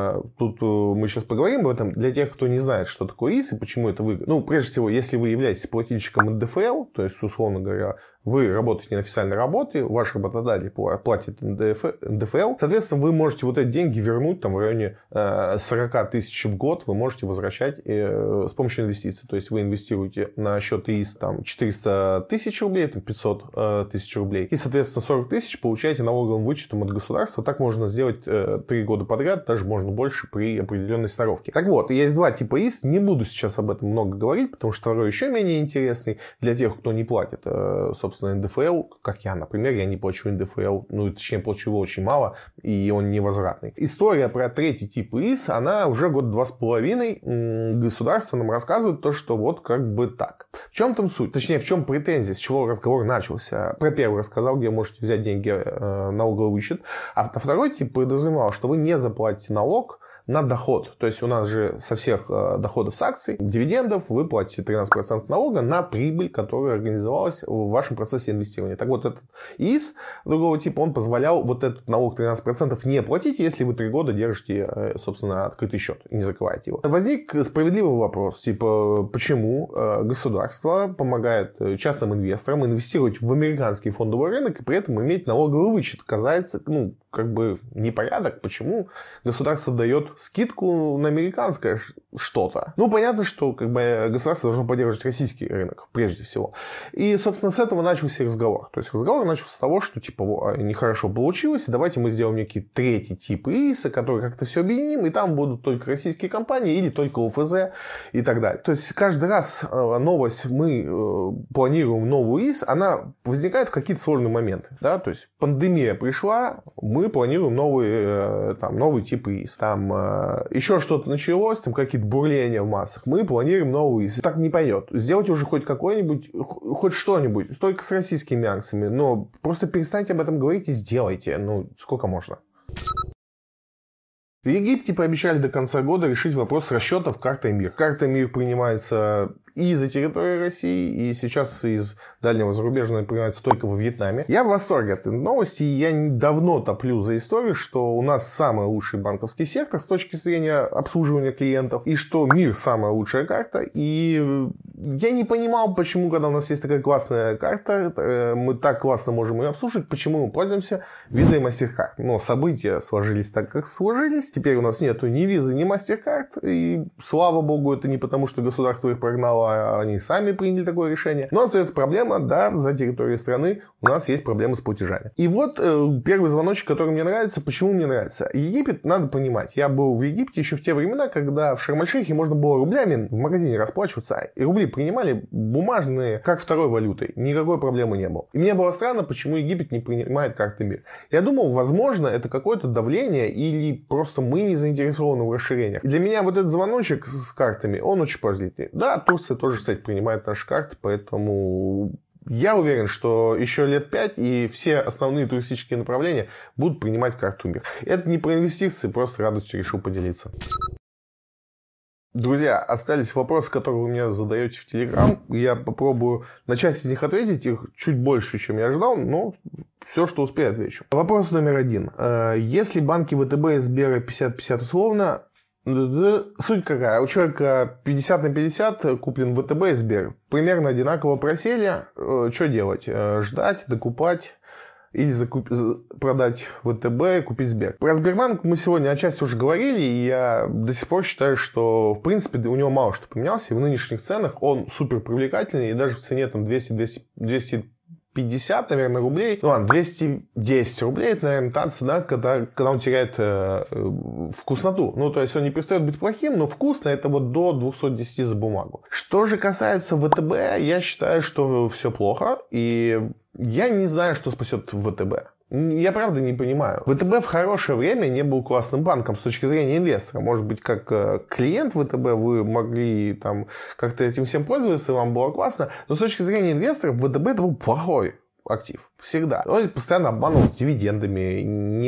тут мы сейчас поговорим об этом. Для тех, кто не знает, что такое ИИС и почему это выгодно. Ну, прежде всего, если вы являетесь плательщиком эн дэ эф эл, то есть, условно говоря, вы работаете на официальной работе, ваш работодатель платит эн дэ эф эл, соответственно, вы можете вот эти деньги вернуть там, в районе сорок тысяч в год, вы можете возвращать с помощью инвестиций. То есть вы инвестируете на счет ИИС там, четыреста тысяч рублей, там, пятьсот тысяч рублей, и, соответственно, сорок тысяч получаете налоговым вычетом от государства. Так можно сделать три года подряд, даже можно больше при определенной сноровке. Так вот, есть два типа ИИС, не буду сейчас об этом много говорить, потому что второй еще менее интересный для тех, кто не платит, собственно, эн дэ эф эл, как я, например, я не плачу эн дэ эф эл, ну, точнее, плачу его очень мало, и он невозвратный. История про третий тип ИИС, она уже год два с половиной государство нам рассказывает то, что вот как бы так. В чем там суть? Точнее, в чем претензия, с чего разговор начался? Про первый рассказал, где вы можете взять деньги, налоговый вычет, а второй тип подразумевал, что вы не заплатите налог на доход. То есть у нас же со всех э, доходов с акций, дивидендов вы платите тринадцать процентов налога на прибыль, которая организовалась в вашем процессе инвестирования. Так вот, этот ИИС другого типа, он позволял вот этот налог тринадцать процентов не платить, если вы три года держите, э, собственно, открытый счет и не закрываете его. Возник справедливый вопрос, типа, почему э, государство помогает частным инвесторам инвестировать в американский фондовый рынок и при этом иметь налоговый вычет? Казается, ну, как бы непорядок, почему государство дает скидку на американское что-то. Ну, понятно, что как бы государство должно поддерживать российский рынок, прежде всего. И, собственно, с этого начался разговор. То есть разговор начался с того, что, типа, нехорошо получилось, давайте мы сделаем некий третий тип ИИСа, который как-то все объединим, и там будут только российские компании или только о эф зэ и так далее. То есть каждый раз новость, мы планируем новую ИИС, она возникает в какие-то сложные моменты. Да? То есть пандемия пришла, мы планируем новый, там, новый тип ИИС. Там еще что-то началось, там какие-то бурления в массах, мы планируем новый ИИС. Так не пойдет. Сделайте уже хоть какой-нибудь, хоть что-нибудь, только с российскими акциями, но просто перестаньте об этом говорить и сделайте. Ну, сколько можно. В Египте пообещали до конца года решить вопрос расчетов картой МИР. Карта МИР принимается и за территорией России, и сейчас из дальнего зарубежья она принимается только во Вьетнаме. Я в восторге от этой новости, и я давно топлю за историю, что у нас самый лучший банковский сектор с точки зрения обслуживания клиентов, и что МИР самая лучшая карта. И я не понимал, почему, когда у нас есть такая классная карта, мы так классно можем ее обслуживать, почему мы пользуемся Visa и MasterCard. Но события сложились так, как сложились. Теперь у нас нету ни Visa, ни MasterCard, и слава богу, это не потому, что государство их прогнало, они сами приняли такое решение. Но остается проблема, да, за территорией страны у нас есть проблемы с платежами. И вот э, первый звоночек, который мне нравится. Почему мне нравится? Египет, надо понимать, я был в Египте еще в те времена, когда в Шарм-эль-Шейхе можно было рублями в магазине расплачиваться, и рубли принимали бумажные как второй валютой. Никакой проблемы не было. И мне было странно, почему Египет не принимает карты МИР. Я думал, возможно, это какое-то давление или просто мы не заинтересованы в расширениях. И для меня вот этот звоночек с картами, он очень положительный. Да, Турция тоже, кстати, принимает наши карты, поэтому я уверен, что еще лет пять и все основные туристические направления будут принимать карту МИР. Это не про инвестиции, просто радостью решил поделиться. Друзья, остались вопросы, которые вы мне задаете в Телеграм. Я попробую на часть из них ответить, их чуть больше, чем я ожидал, но все, что успею, отвечу. Вопрос номер один. Если банки ВТБ и Сбера пятьдесят пятьдесят условно, суть какая? У человека пятьдесят на пятьдесят куплен ВТБ и Сбер. Примерно одинаково просели. Что делать? Ждать, докупать? Или закуп... продать ВТБ и купить Сбер. Про Сбербанк мы сегодня отчасти уже говорили, и я до сих пор считаю, что в принципе у него мало что поменялся, и в нынешних ценах он супер привлекательный, и даже в цене там двести пятьдесят, наверное, рублей, ну ладно, двести десять рублей, это, наверное, та цена, когда, когда он теряет э, вкусноту. Ну, то есть он не перестает быть плохим, но вкусно это вот до двухсот десяти за бумагу. Что же касается ВТБ, я считаю, что все плохо, и я не знаю, что спасет ВТБ. Я правда не понимаю. ВТБ в хорошее время не был классным банком с точки зрения инвестора. Может быть, как клиент ВТБ вы могли там как-то этим всем пользоваться, и вам было классно. Но с точки зрения инвестора ВТБ это был плохой актив. Всегда. Он постоянно обманывал с дивидендами.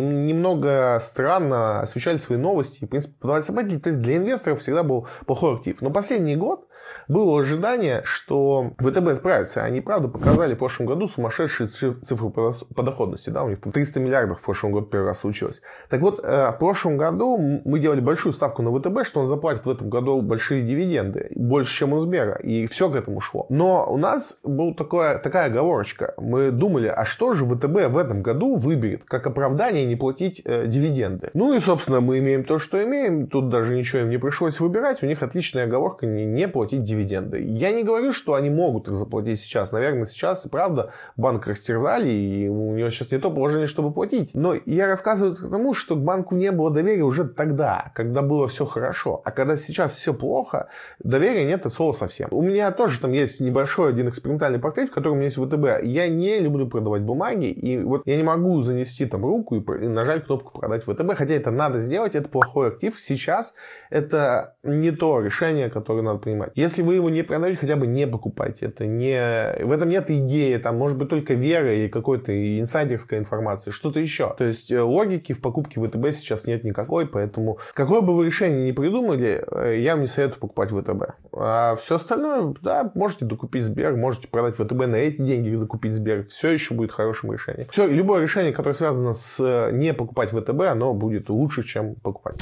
Немного странно освещали свои новости. И, в принципе, подавали события. То есть для инвесторов всегда был плохой актив. Но последний год было ожидание, что ВТБ справится. Они, правда, показали в прошлом году сумасшедшие цифры по доходности. Да? У них там триста миллиардов в прошлом году первый раз случилось. Так вот, в прошлом году мы делали большую ставку на ВТБ, что он заплатит в этом году большие дивиденды. Больше, чем у Сбера. И все к этому шло. Но у нас была такая, такая оговорочка. Мы думали, а что же ВТБ в этом году выберет как оправдание не платить э, дивиденды? Ну и, собственно, мы имеем то, что имеем. Тут даже ничего им не пришлось выбирать. У них отличная оговорка не, не платить дивиденды. Я не говорю, что они могут их заплатить сейчас. Наверное, сейчас, правда, банк растерзали, и у него сейчас не то положение, чтобы платить. Но я рассказываю к тому, что к банку не было доверия уже тогда, когда было все хорошо. А когда сейчас все плохо, доверия нет от слова совсем. У меня тоже там есть небольшой один экспериментальный портфель, в котором у меня есть ВТБ. Я не люблю продавать бумаги, и вот я не могу занести там руку и нажать кнопку продать ВТБ, хотя это надо сделать, это плохой актив. Сейчас это не то решение, которое надо принимать. Если вы его не продаете, хотя бы не покупайте. Это не... В этом нет идеи, там может быть только вера или какой-то инсайдерская информация, что-то еще. То есть логики в покупке ВТБ сейчас нет никакой, поэтому какое бы вы решение ни придумали, я вам не советую покупать ВТБ. А все остальное, да, можете докупить Сбер, можете продать ВТБ на эти деньги, докупить Сбер, все еще будет хорошим решением. Все, любое решение, которое связано с не покупать ВТБ, оно будет лучше, чем покупать.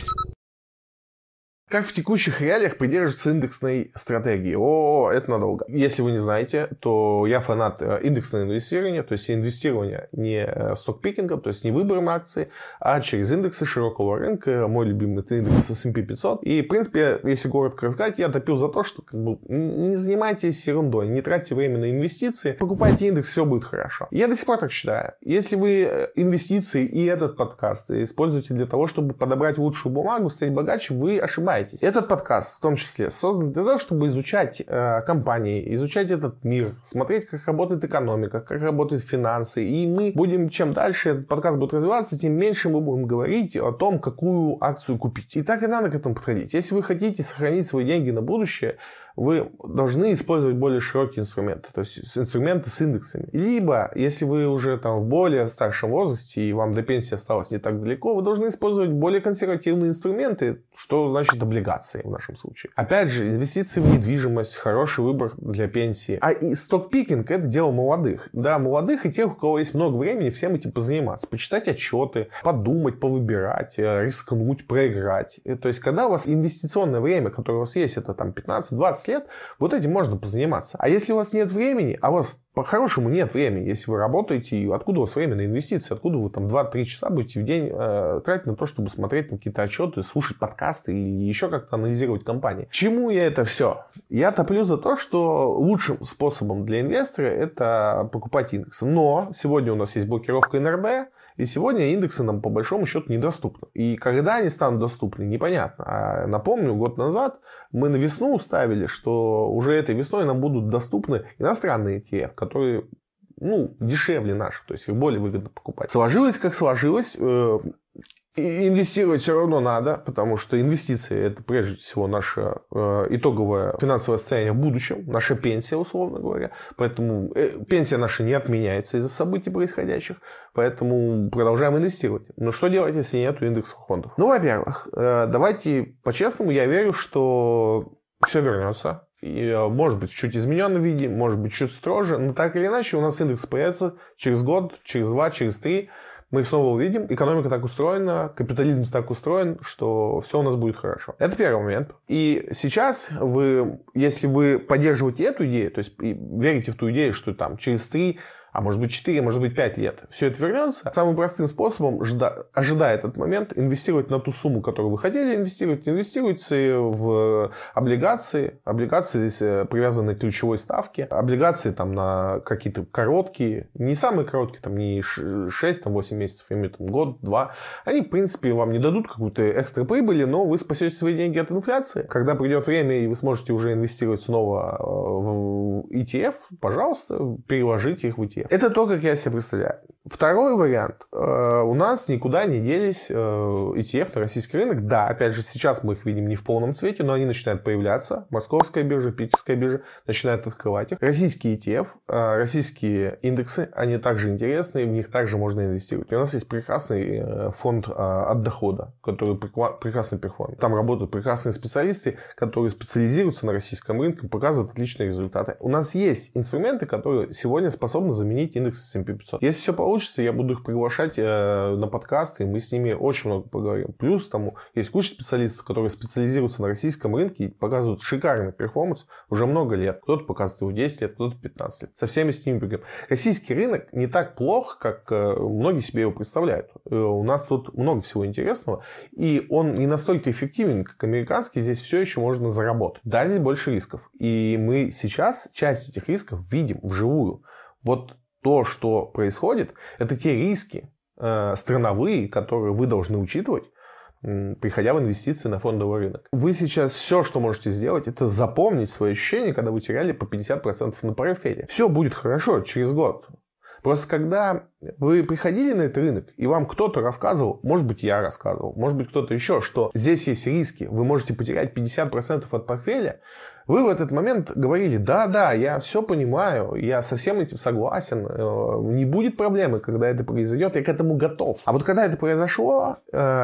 Как в текущих реалиях придерживаться индексной стратегии? О, это надолго. Если вы не знаете, то я фанат индексного инвестирования, то есть инвестирования не стокпикингом, то есть не выбором акций, а через индексы широкого рынка. Мой любимый это индекс эс энд пи пятьсот. И, в принципе, если коротко рассказать, я топил за то, что как бы, не занимайтесь ерундой, не тратьте время на инвестиции, покупайте индекс, все будет хорошо. Я до сих пор так считаю. Если вы инвестиции и этот подкаст используете для того, чтобы подобрать лучшую бумагу, стать богаче, вы ошибаетесь. Этот подкаст, в том числе, создан для того, чтобы изучать э, компании, изучать этот мир, смотреть, как работает экономика, как работают финансы. И мы будем, чем дальше этот подкаст будет развиваться, тем меньше мы будем говорить о том, какую акцию купить. И так и надо к этому подходить. Если вы хотите сохранить свои деньги на будущее, вы должны использовать более широкие инструменты, то есть инструменты с индексами. Либо, если вы уже там в более старшем возрасте и вам до пенсии осталось не так далеко, вы должны использовать более консервативные инструменты, что значит облигации в нашем случае. Опять же, инвестиции в недвижимость, хороший выбор для пенсии. А и стокпикинг это дело молодых. Да, молодых и тех, у кого есть много времени, всем этим позаниматься. Почитать отчеты, подумать, повыбирать, рискнуть, проиграть. То есть, когда у вас инвестиционное время, которое у вас есть, это там пятнадцать-двадцать лет, вот этим можно позаниматься. А если у вас нет времени, а у вас по-хорошему нет времени, если вы работаете, и откуда у вас время на инвестиции, откуда вы там два-три часа будете в день э, тратить на то, чтобы смотреть на какие-то отчеты, слушать подкасты или еще как-то анализировать компании. Чему я это все? Я топлю за то, что лучшим способом для инвестора это покупать индексы. Но сегодня у нас есть блокировка эн эр дэ, и сегодня индексы нам по большому счету недоступны. И когда они станут доступны, непонятно. А напомню, год назад мы на весну ставили, что уже этой весной нам будут доступны иностранные и ти эф, которые, ну, дешевле наших, то есть их более выгодно покупать. Сложилось, как сложилось. Инвестировать все равно надо, потому что инвестиции – это прежде всего наше э, итоговое финансовое состояние в будущем, наша пенсия, условно говоря. Поэтому э, пенсия наша не отменяется из-за событий происходящих, поэтому продолжаем инвестировать. Но что делать, если нет индексовых фондов? Ну, во-первых, э, давайте по-честному, я верю, что все вернется. И, может быть, в чуть измененном виде, может быть, чуть строже, но так или иначе у нас индекс появится через год, через два, через три. Мы снова увидим, экономика так устроена, капитализм так устроен, что все у нас будет хорошо. Это первый момент. И сейчас вы, если вы поддерживаете эту идею, то есть верите в ту идею, что там через три, а может быть четыре, может быть пять лет все это вернется, самым простым способом, жда, ожидая этот момент, инвестировать на ту сумму, которую вы хотели инвестировать, инвестируйте в облигации. Облигации здесь привязаны к ключевой ставке. Облигации там на какие-то короткие, не самые короткие, там не шесть-восемь месяцев, я имею в виду год-два. Они, в принципе, вам не дадут какую-то экстра прибыли, но вы спасете свои деньги от инфляции. Когда придет время, и вы сможете уже инвестировать снова в и ти эф, пожалуйста, переложите их в и ти эф. Это то, как я себе представляю. Второй вариант. У нас никуда не делись и ти эф на российский рынок. Да, опять же, сейчас мы их видим не в полном цвете, но они начинают появляться. Московская биржа, питерская биржа начинают открывать их. Российские и ти эф, российские индексы, они также интересны, и в них также можно инвестировать. У нас есть прекрасный фонд от дохода, который прекрасно перформит. Там работают прекрасные специалисты, которые специализируются на российском рынке, показывают отличные результаты. У нас есть инструменты, которые сегодня способны заменить индекс эс энд пи пятьсот. Если все получится, я буду их приглашать э, на подкасты, и мы с ними очень много поговорим. Плюс тому есть куча специалистов, которые специализируются на российском рынке и показывают шикарный перформанс уже много лет. Кто-то показывает его десять лет, кто-то пятнадцать лет. Со всеми с ними поговорим. Российский рынок не так плох, как э, многие себе его представляют. Э, у нас тут много всего интересного, и он не настолько эффективен, как американский. Здесь все еще можно заработать. Да, здесь больше рисков. И мы сейчас часть этих рисков видим вживую. Вот то, что происходит, это те риски э, страновые, которые вы должны учитывать, э, приходя в инвестиции на фондовый рынок. Вы сейчас все, что можете сделать, это запомнить свои ощущения, когда вы теряли по пятьдесят процентов на портфеле. Все будет хорошо через год. Просто когда вы приходили на этот рынок, и вам кто-то рассказывал, может быть, я рассказывал, может быть, кто-то еще, что здесь есть риски, вы можете потерять пятьдесят процентов от портфеля, вы в этот момент говорили: да-да, я все понимаю, я со всем этим согласен, не будет проблемы, когда это произойдет, я к этому готов. А вот когда это произошло,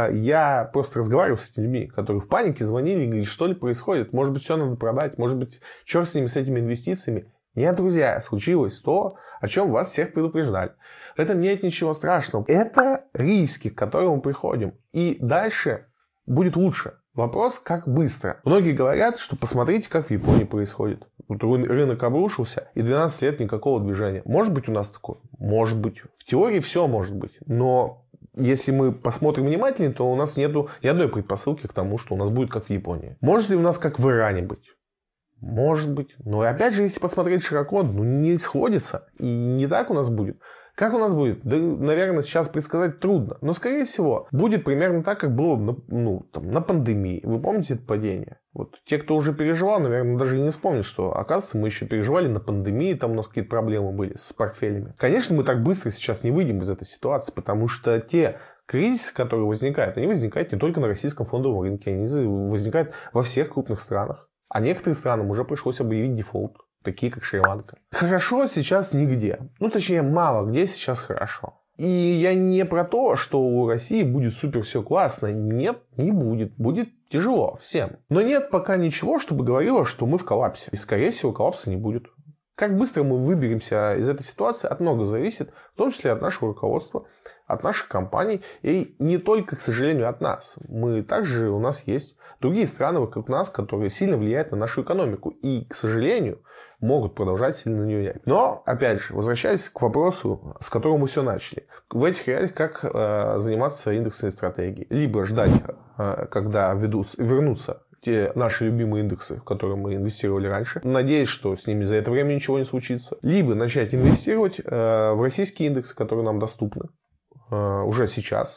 я просто разговаривал с этими людьми, которые в панике звонили и говорили: что ли происходит, может быть, все надо продать, может быть, черт с ними, с этими инвестициями. Нет, друзья, случилось то, о чем вас всех предупреждали. В этом нет ничего страшного. Это риски, к которым мы приходим. И дальше будет лучше. Вопрос, как быстро. Многие говорят, что посмотрите, как в Японии происходит. Вот рынок обрушился, и двенадцать лет никакого движения. Может быть у нас такое? Может быть. В теории все может быть. Но если мы посмотрим внимательнее, то у нас нету ни одной предпосылки к тому, что у нас будет как в Японии. Может ли у нас как в Иране быть? Может быть. Но опять же, если посмотреть широко, ну не сходится. И не так у нас будет. Как у нас будет? Да, наверное, сейчас предсказать трудно. Но, скорее всего, будет примерно так, как было на, ну, там, на пандемии. Вы помните это падение? Вот те, кто уже переживал, наверное, даже и не вспомнят, что, оказывается, мы еще переживали на пандемии, там у нас какие-то проблемы были с портфелями. Конечно, мы так быстро сейчас не выйдем из этой ситуации, потому что те кризисы, которые возникают, они возникают не только на российском фондовом рынке, они возникают во всех крупных странах. А некоторым странам уже пришлось объявить дефолт, такие как Шри-Ланка. Хорошо сейчас нигде. Ну, точнее, мало где сейчас хорошо. И я не про то, что у России будет супер все классно. Нет, не будет. Будет тяжело всем. Но нет пока ничего, чтобы говорило, что мы в коллапсе. И, скорее всего, коллапса не будет. Как быстро мы выберемся из этой ситуации, от много зависит, в том числе от нашего руководства, от наших компаний. И не только, к сожалению, от нас. Мы также, у нас есть другие страны вокруг нас, которые сильно влияют на нашу экономику. И, к сожалению, могут продолжать сильно на нее влиять. Но, опять же, возвращаясь к вопросу, с которого мы все начали. В этих реалиях как э, заниматься индексной стратегией? Либо ждать, э, когда ведут, вернутся те наши любимые индексы, в которые мы инвестировали раньше, надеясь, что с ними за это время ничего не случится. Либо начать инвестировать э, в российские индексы, которые нам доступны э, уже сейчас.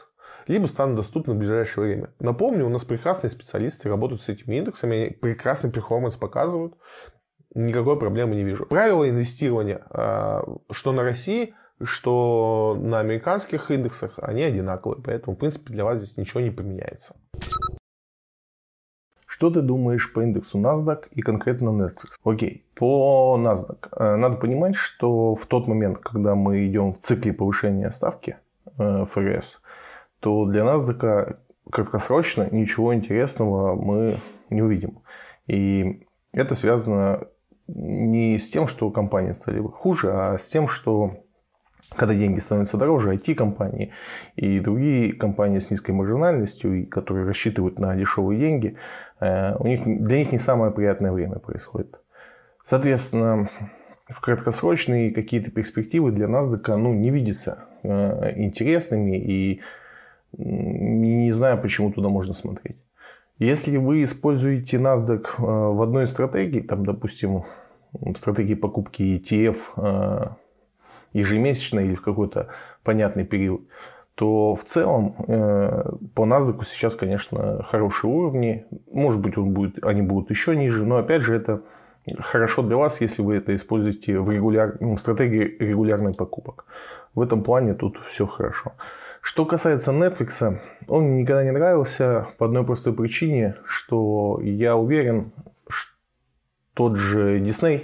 либо станут доступны в ближайшее время. Напомню, у нас прекрасные специалисты работают с этими индексами, они прекрасный перформанс показывают, никакой проблемы не вижу. Правила инвестирования, что на России, что на американских индексах, они одинаковые, поэтому, в принципе, для вас здесь ничего не поменяется. Что ты думаешь по индексу NASDAQ и конкретно Netflix? Окей, по NASDAQ. Надо понимать, что в тот момент, когда мы идем в цикле повышения ставки эф эр эс, то для NASDAQ краткосрочно ничего интересного мы не увидим. И это связано не с тем, что компании стали хуже, а с тем, что когда деньги становятся дороже, ай ти-компании и другие компании с низкой маржинальностью, которые рассчитывают на дешевые деньги, у них, для них не самое приятное время происходит. Соответственно, в краткосрочные какие-то перспективы для NASDAQ ну, не видятся интересными, и не знаю, почему туда можно смотреть. Если вы используете NASDAQ в одной из стратегий, там, допустим, в стратегии покупки и ти эф ежемесячно или в какой-то понятный период, то в целом по NASDAQ сейчас, конечно, хорошие уровни. Может быть, он будет, они будут еще ниже, но опять же это хорошо для вас, если вы это используете в, регуляр... в стратегии регулярных покупок. В этом плане тут все хорошо. Что касается Netflix, он мне никогда не нравился по одной простой причине, что я уверен, что тот же Disney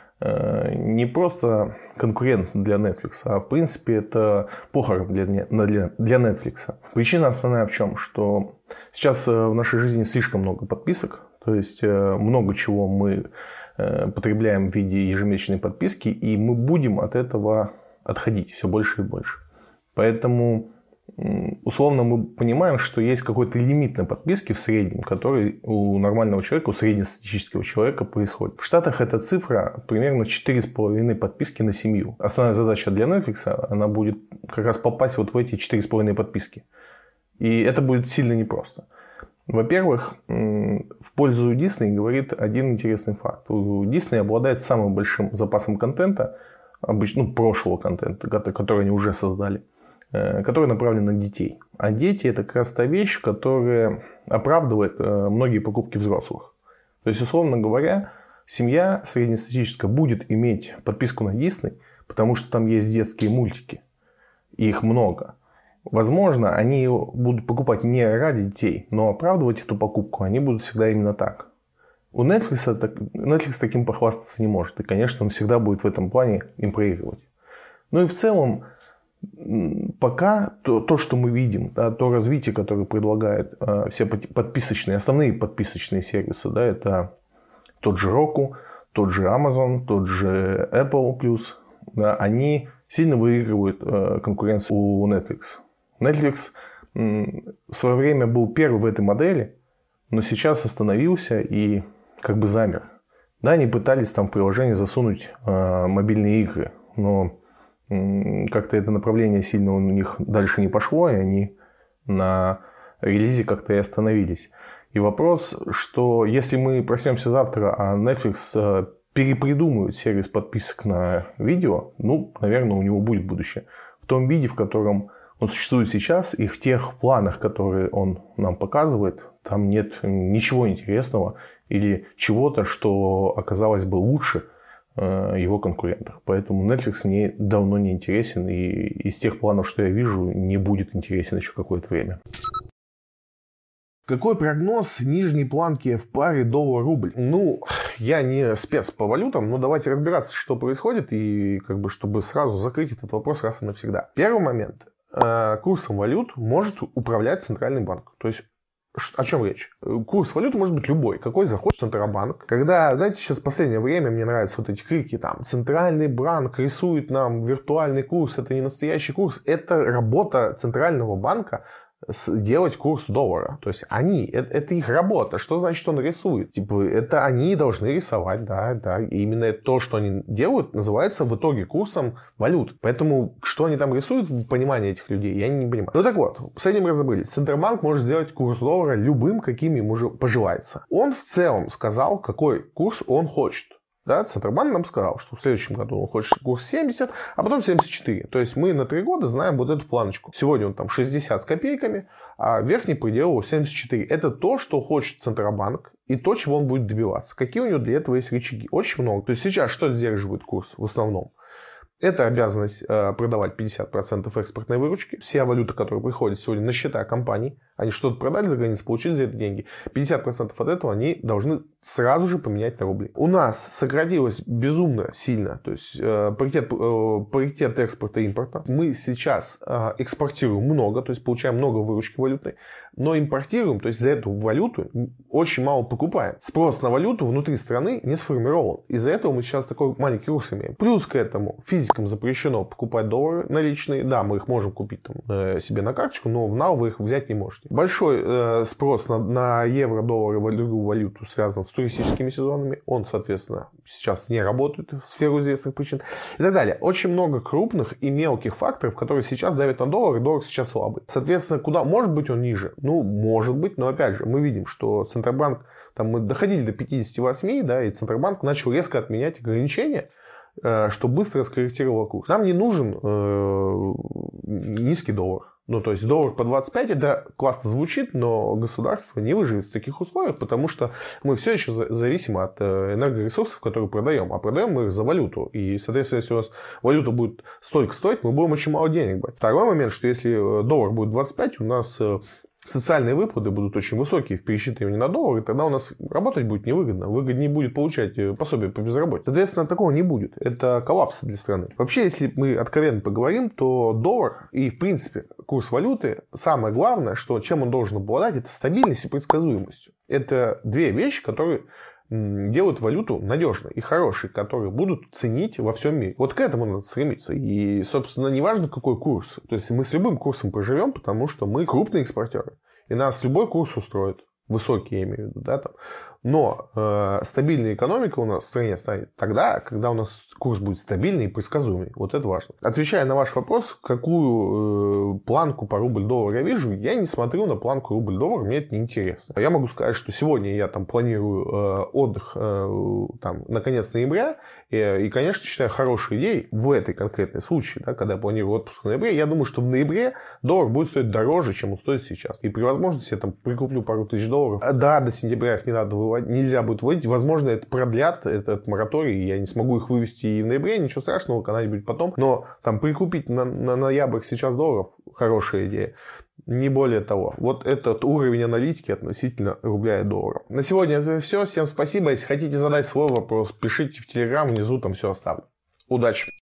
не просто конкурент для Netflix, а в принципе это похорон для, для, для Netflix. Причина основная в чем? Что сейчас в нашей жизни слишком много подписок, то есть много чего мы потребляем в виде ежемесячной подписки, и мы будем от этого отходить все больше и больше. Поэтому условно мы понимаем, что есть какой-то лимит на подписки в среднем, который у нормального человека, у среднестатистического человека происходит. В Штатах эта цифра примерно четыре с половиной подписки на семью. Основная задача для Netflix, она будет как раз попасть вот в эти четыре с половиной подписки. И это будет сильно непросто. Во-первых, в пользу Disney говорит один интересный факт. У Disney обладает самым большим запасом контента, обычно, ну, прошлого контента, который они уже создали, который направлен на детей. А дети – это как раз та вещь, которая оправдывает многие покупки взрослых. То есть, условно говоря, семья среднестатистическая будет иметь подписку на Disney, потому что там есть детские мультики. И их много. Возможно, они ее будут покупать не ради детей, но оправдывать эту покупку они будут всегда именно так. У Netflix, Netflix таким похвастаться не может. И, конечно, он всегда будет в этом плане им проигрывать. Ну и в целом, пока то, то что мы видим, да, то развитие, которое предлагают э, все подписочные, основные подписочные сервисы, да, это тот же Roku, тот же Amazon, тот же Apple+, да, они сильно выигрывают э, конкуренцию у Netflix. Netflix м, в свое время был первый в этой модели, но сейчас остановился и как бы замер. Да, они пытались там в приложение засунуть э, мобильные игры, но как-то это направление сильно у них дальше не пошло, и они на релизе как-то и остановились. И вопрос, что если мы проснемся завтра, а Netflix перепридумывает сервис подписок на видео, ну, наверное, у него будет будущее. В том виде, в котором он существует сейчас, и в тех планах, которые он нам показывает, там нет ничего интересного или чего-то, что оказалось бы лучше его конкурентах. Поэтому Netflix мне давно не интересен, и из тех планов, что я вижу, не будет интересен еще какое-то время. Какой прогноз нижней планки в паре доллар-рубль? Ну, я не спец по валютам, но давайте разбираться, что происходит, и как бы чтобы сразу закрыть этот вопрос раз и навсегда. Первый момент. Курсом валют может управлять Центральный банк. То есть о чем речь? Курс валюты может быть любой, какой захочет Центробанк. Когда, знаете, сейчас в последнее время мне нравятся вот эти крики, там, Центральный банк рисует нам виртуальный курс, это не настоящий курс. Это работа Центрального банка делать курс доллара. То есть они, это, это их работа. Что значит он рисует? Типа, это они должны рисовать, да, да. И именно то, что они делают, называется в итоге курсом валют. Поэтому, что они там рисуют в понимании этих людей, я не понимаю. Ну так вот, с этим разобрались. Центробанк может сделать курс доллара любым, каким ему пожелается. Он в целом сказал, какой курс он хочет. Да, Центробанк нам сказал, что в следующем году он хочет курс семьдесят, а потом семьдесят четыре. То есть мы на три года знаем вот эту планочку. Сегодня он там шестьдесят с копейками, а верхний предел его семьдесят четыре. Это то, что хочет Центробанк и то, чего он будет добиваться. Какие у него для этого есть рычаги? Очень много. То есть сейчас что сдерживает курс в основном? Это обязанность э, продавать пятьдесят процентов экспортной выручки. Вся валюта, которая приходит сегодня на счета компаний, они что-то продали за границей, получили за это деньги. пятьдесят процентов от этого они должны сразу же поменять на рубли. У нас сократилось безумно сильно, то есть э, паритет, э, паритет экспорта и импорта. Мы сейчас э, экспортируем много, то есть получаем много выручки валютной, но импортируем, то есть за эту валюту очень мало покупаем. Спрос на валюту внутри страны не сформирован. Из-за этого мы сейчас такой маленький курс имеем. Плюс к этому физикам запрещено покупать доллары наличные. Да, мы их можем купить там, э, себе на карточку, но в нал вы их взять не можете. Большой э, спрос на, на евро, доллары, другую валюту связан с туристическими сезонами. Он, соответственно, сейчас не работает в сферу известных причин. И так далее. Очень много крупных и мелких факторов, которые сейчас давят на доллар, и доллар сейчас слабый. Соответственно, куда может быть он ниже? Ну, может быть, но опять же, мы видим, что Центробанк, там мы доходили до пятидесяти восьми, да, и Центробанк начал резко отменять ограничения, э, что быстро скорректировало курс. Нам не нужен э, низкий доллар. Ну, то есть доллар по двадцать пять, это классно звучит, но государство не выживет в таких условиях, потому что мы все еще зависим от энергоресурсов, которые продаем. А продаем мы их за валюту. И, соответственно, если у нас валюта будет столько стоить, мы будем очень мало денег брать. Второй момент, что если доллар будет двадцать пять, у нас социальные выплаты будут очень высокие в пересчитывании на доллар, и тогда у нас работать будет невыгодно. Выгоднее будет получать пособие по безработице. Соответственно, такого не будет. Это коллапс для страны. Вообще, если мы откровенно поговорим, то доллар и, в принципе, курс валюты, самое главное, что чем он должен обладать, это стабильность и предсказуемость. Это две вещи, которые делают валюту надежной и хорошей, которые будут ценить во всем мире. Вот к этому надо стремиться. И, собственно, неважно, какой курс. То есть мы с любым курсом проживем, потому что мы крупные экспортеры. И нас любой курс устроит. Высокий, я имею в виду, да, там. Но э, стабильная экономика у нас в стране станет тогда, когда у нас курс будет стабильный и предсказуемый. Вот это важно. Отвечая на ваш вопрос, какую э, планку по рубль-доллар я вижу, я не смотрю на планку рубль-доллар, мне это не интересно. Я могу сказать, что сегодня я там планирую э, отдых э, там, на конец ноября, э, и, конечно, считаю хорошей идеей в этой конкретной случае, да, когда я планирую отпуск в ноябре, я думаю, что в ноябре доллар будет стоить дороже, чем он стоит сейчас. И при возможности я там прикуплю пару тысяч долларов. Да, до сентября их не надо выводить. Нельзя будет выводить. Возможно, это продлят, этот мораторий. Я не смогу их вывести и в ноябре. Ничего страшного, когда-нибудь потом. Но там прикупить на, на ноябрь сейчас долларов хорошая идея. Не более того. Вот этот уровень аналитики относительно рубля и доллара. На сегодня это все. Всем спасибо. Если хотите задать свой вопрос, пишите в Телеграм. Внизу там все оставлю. Удачи!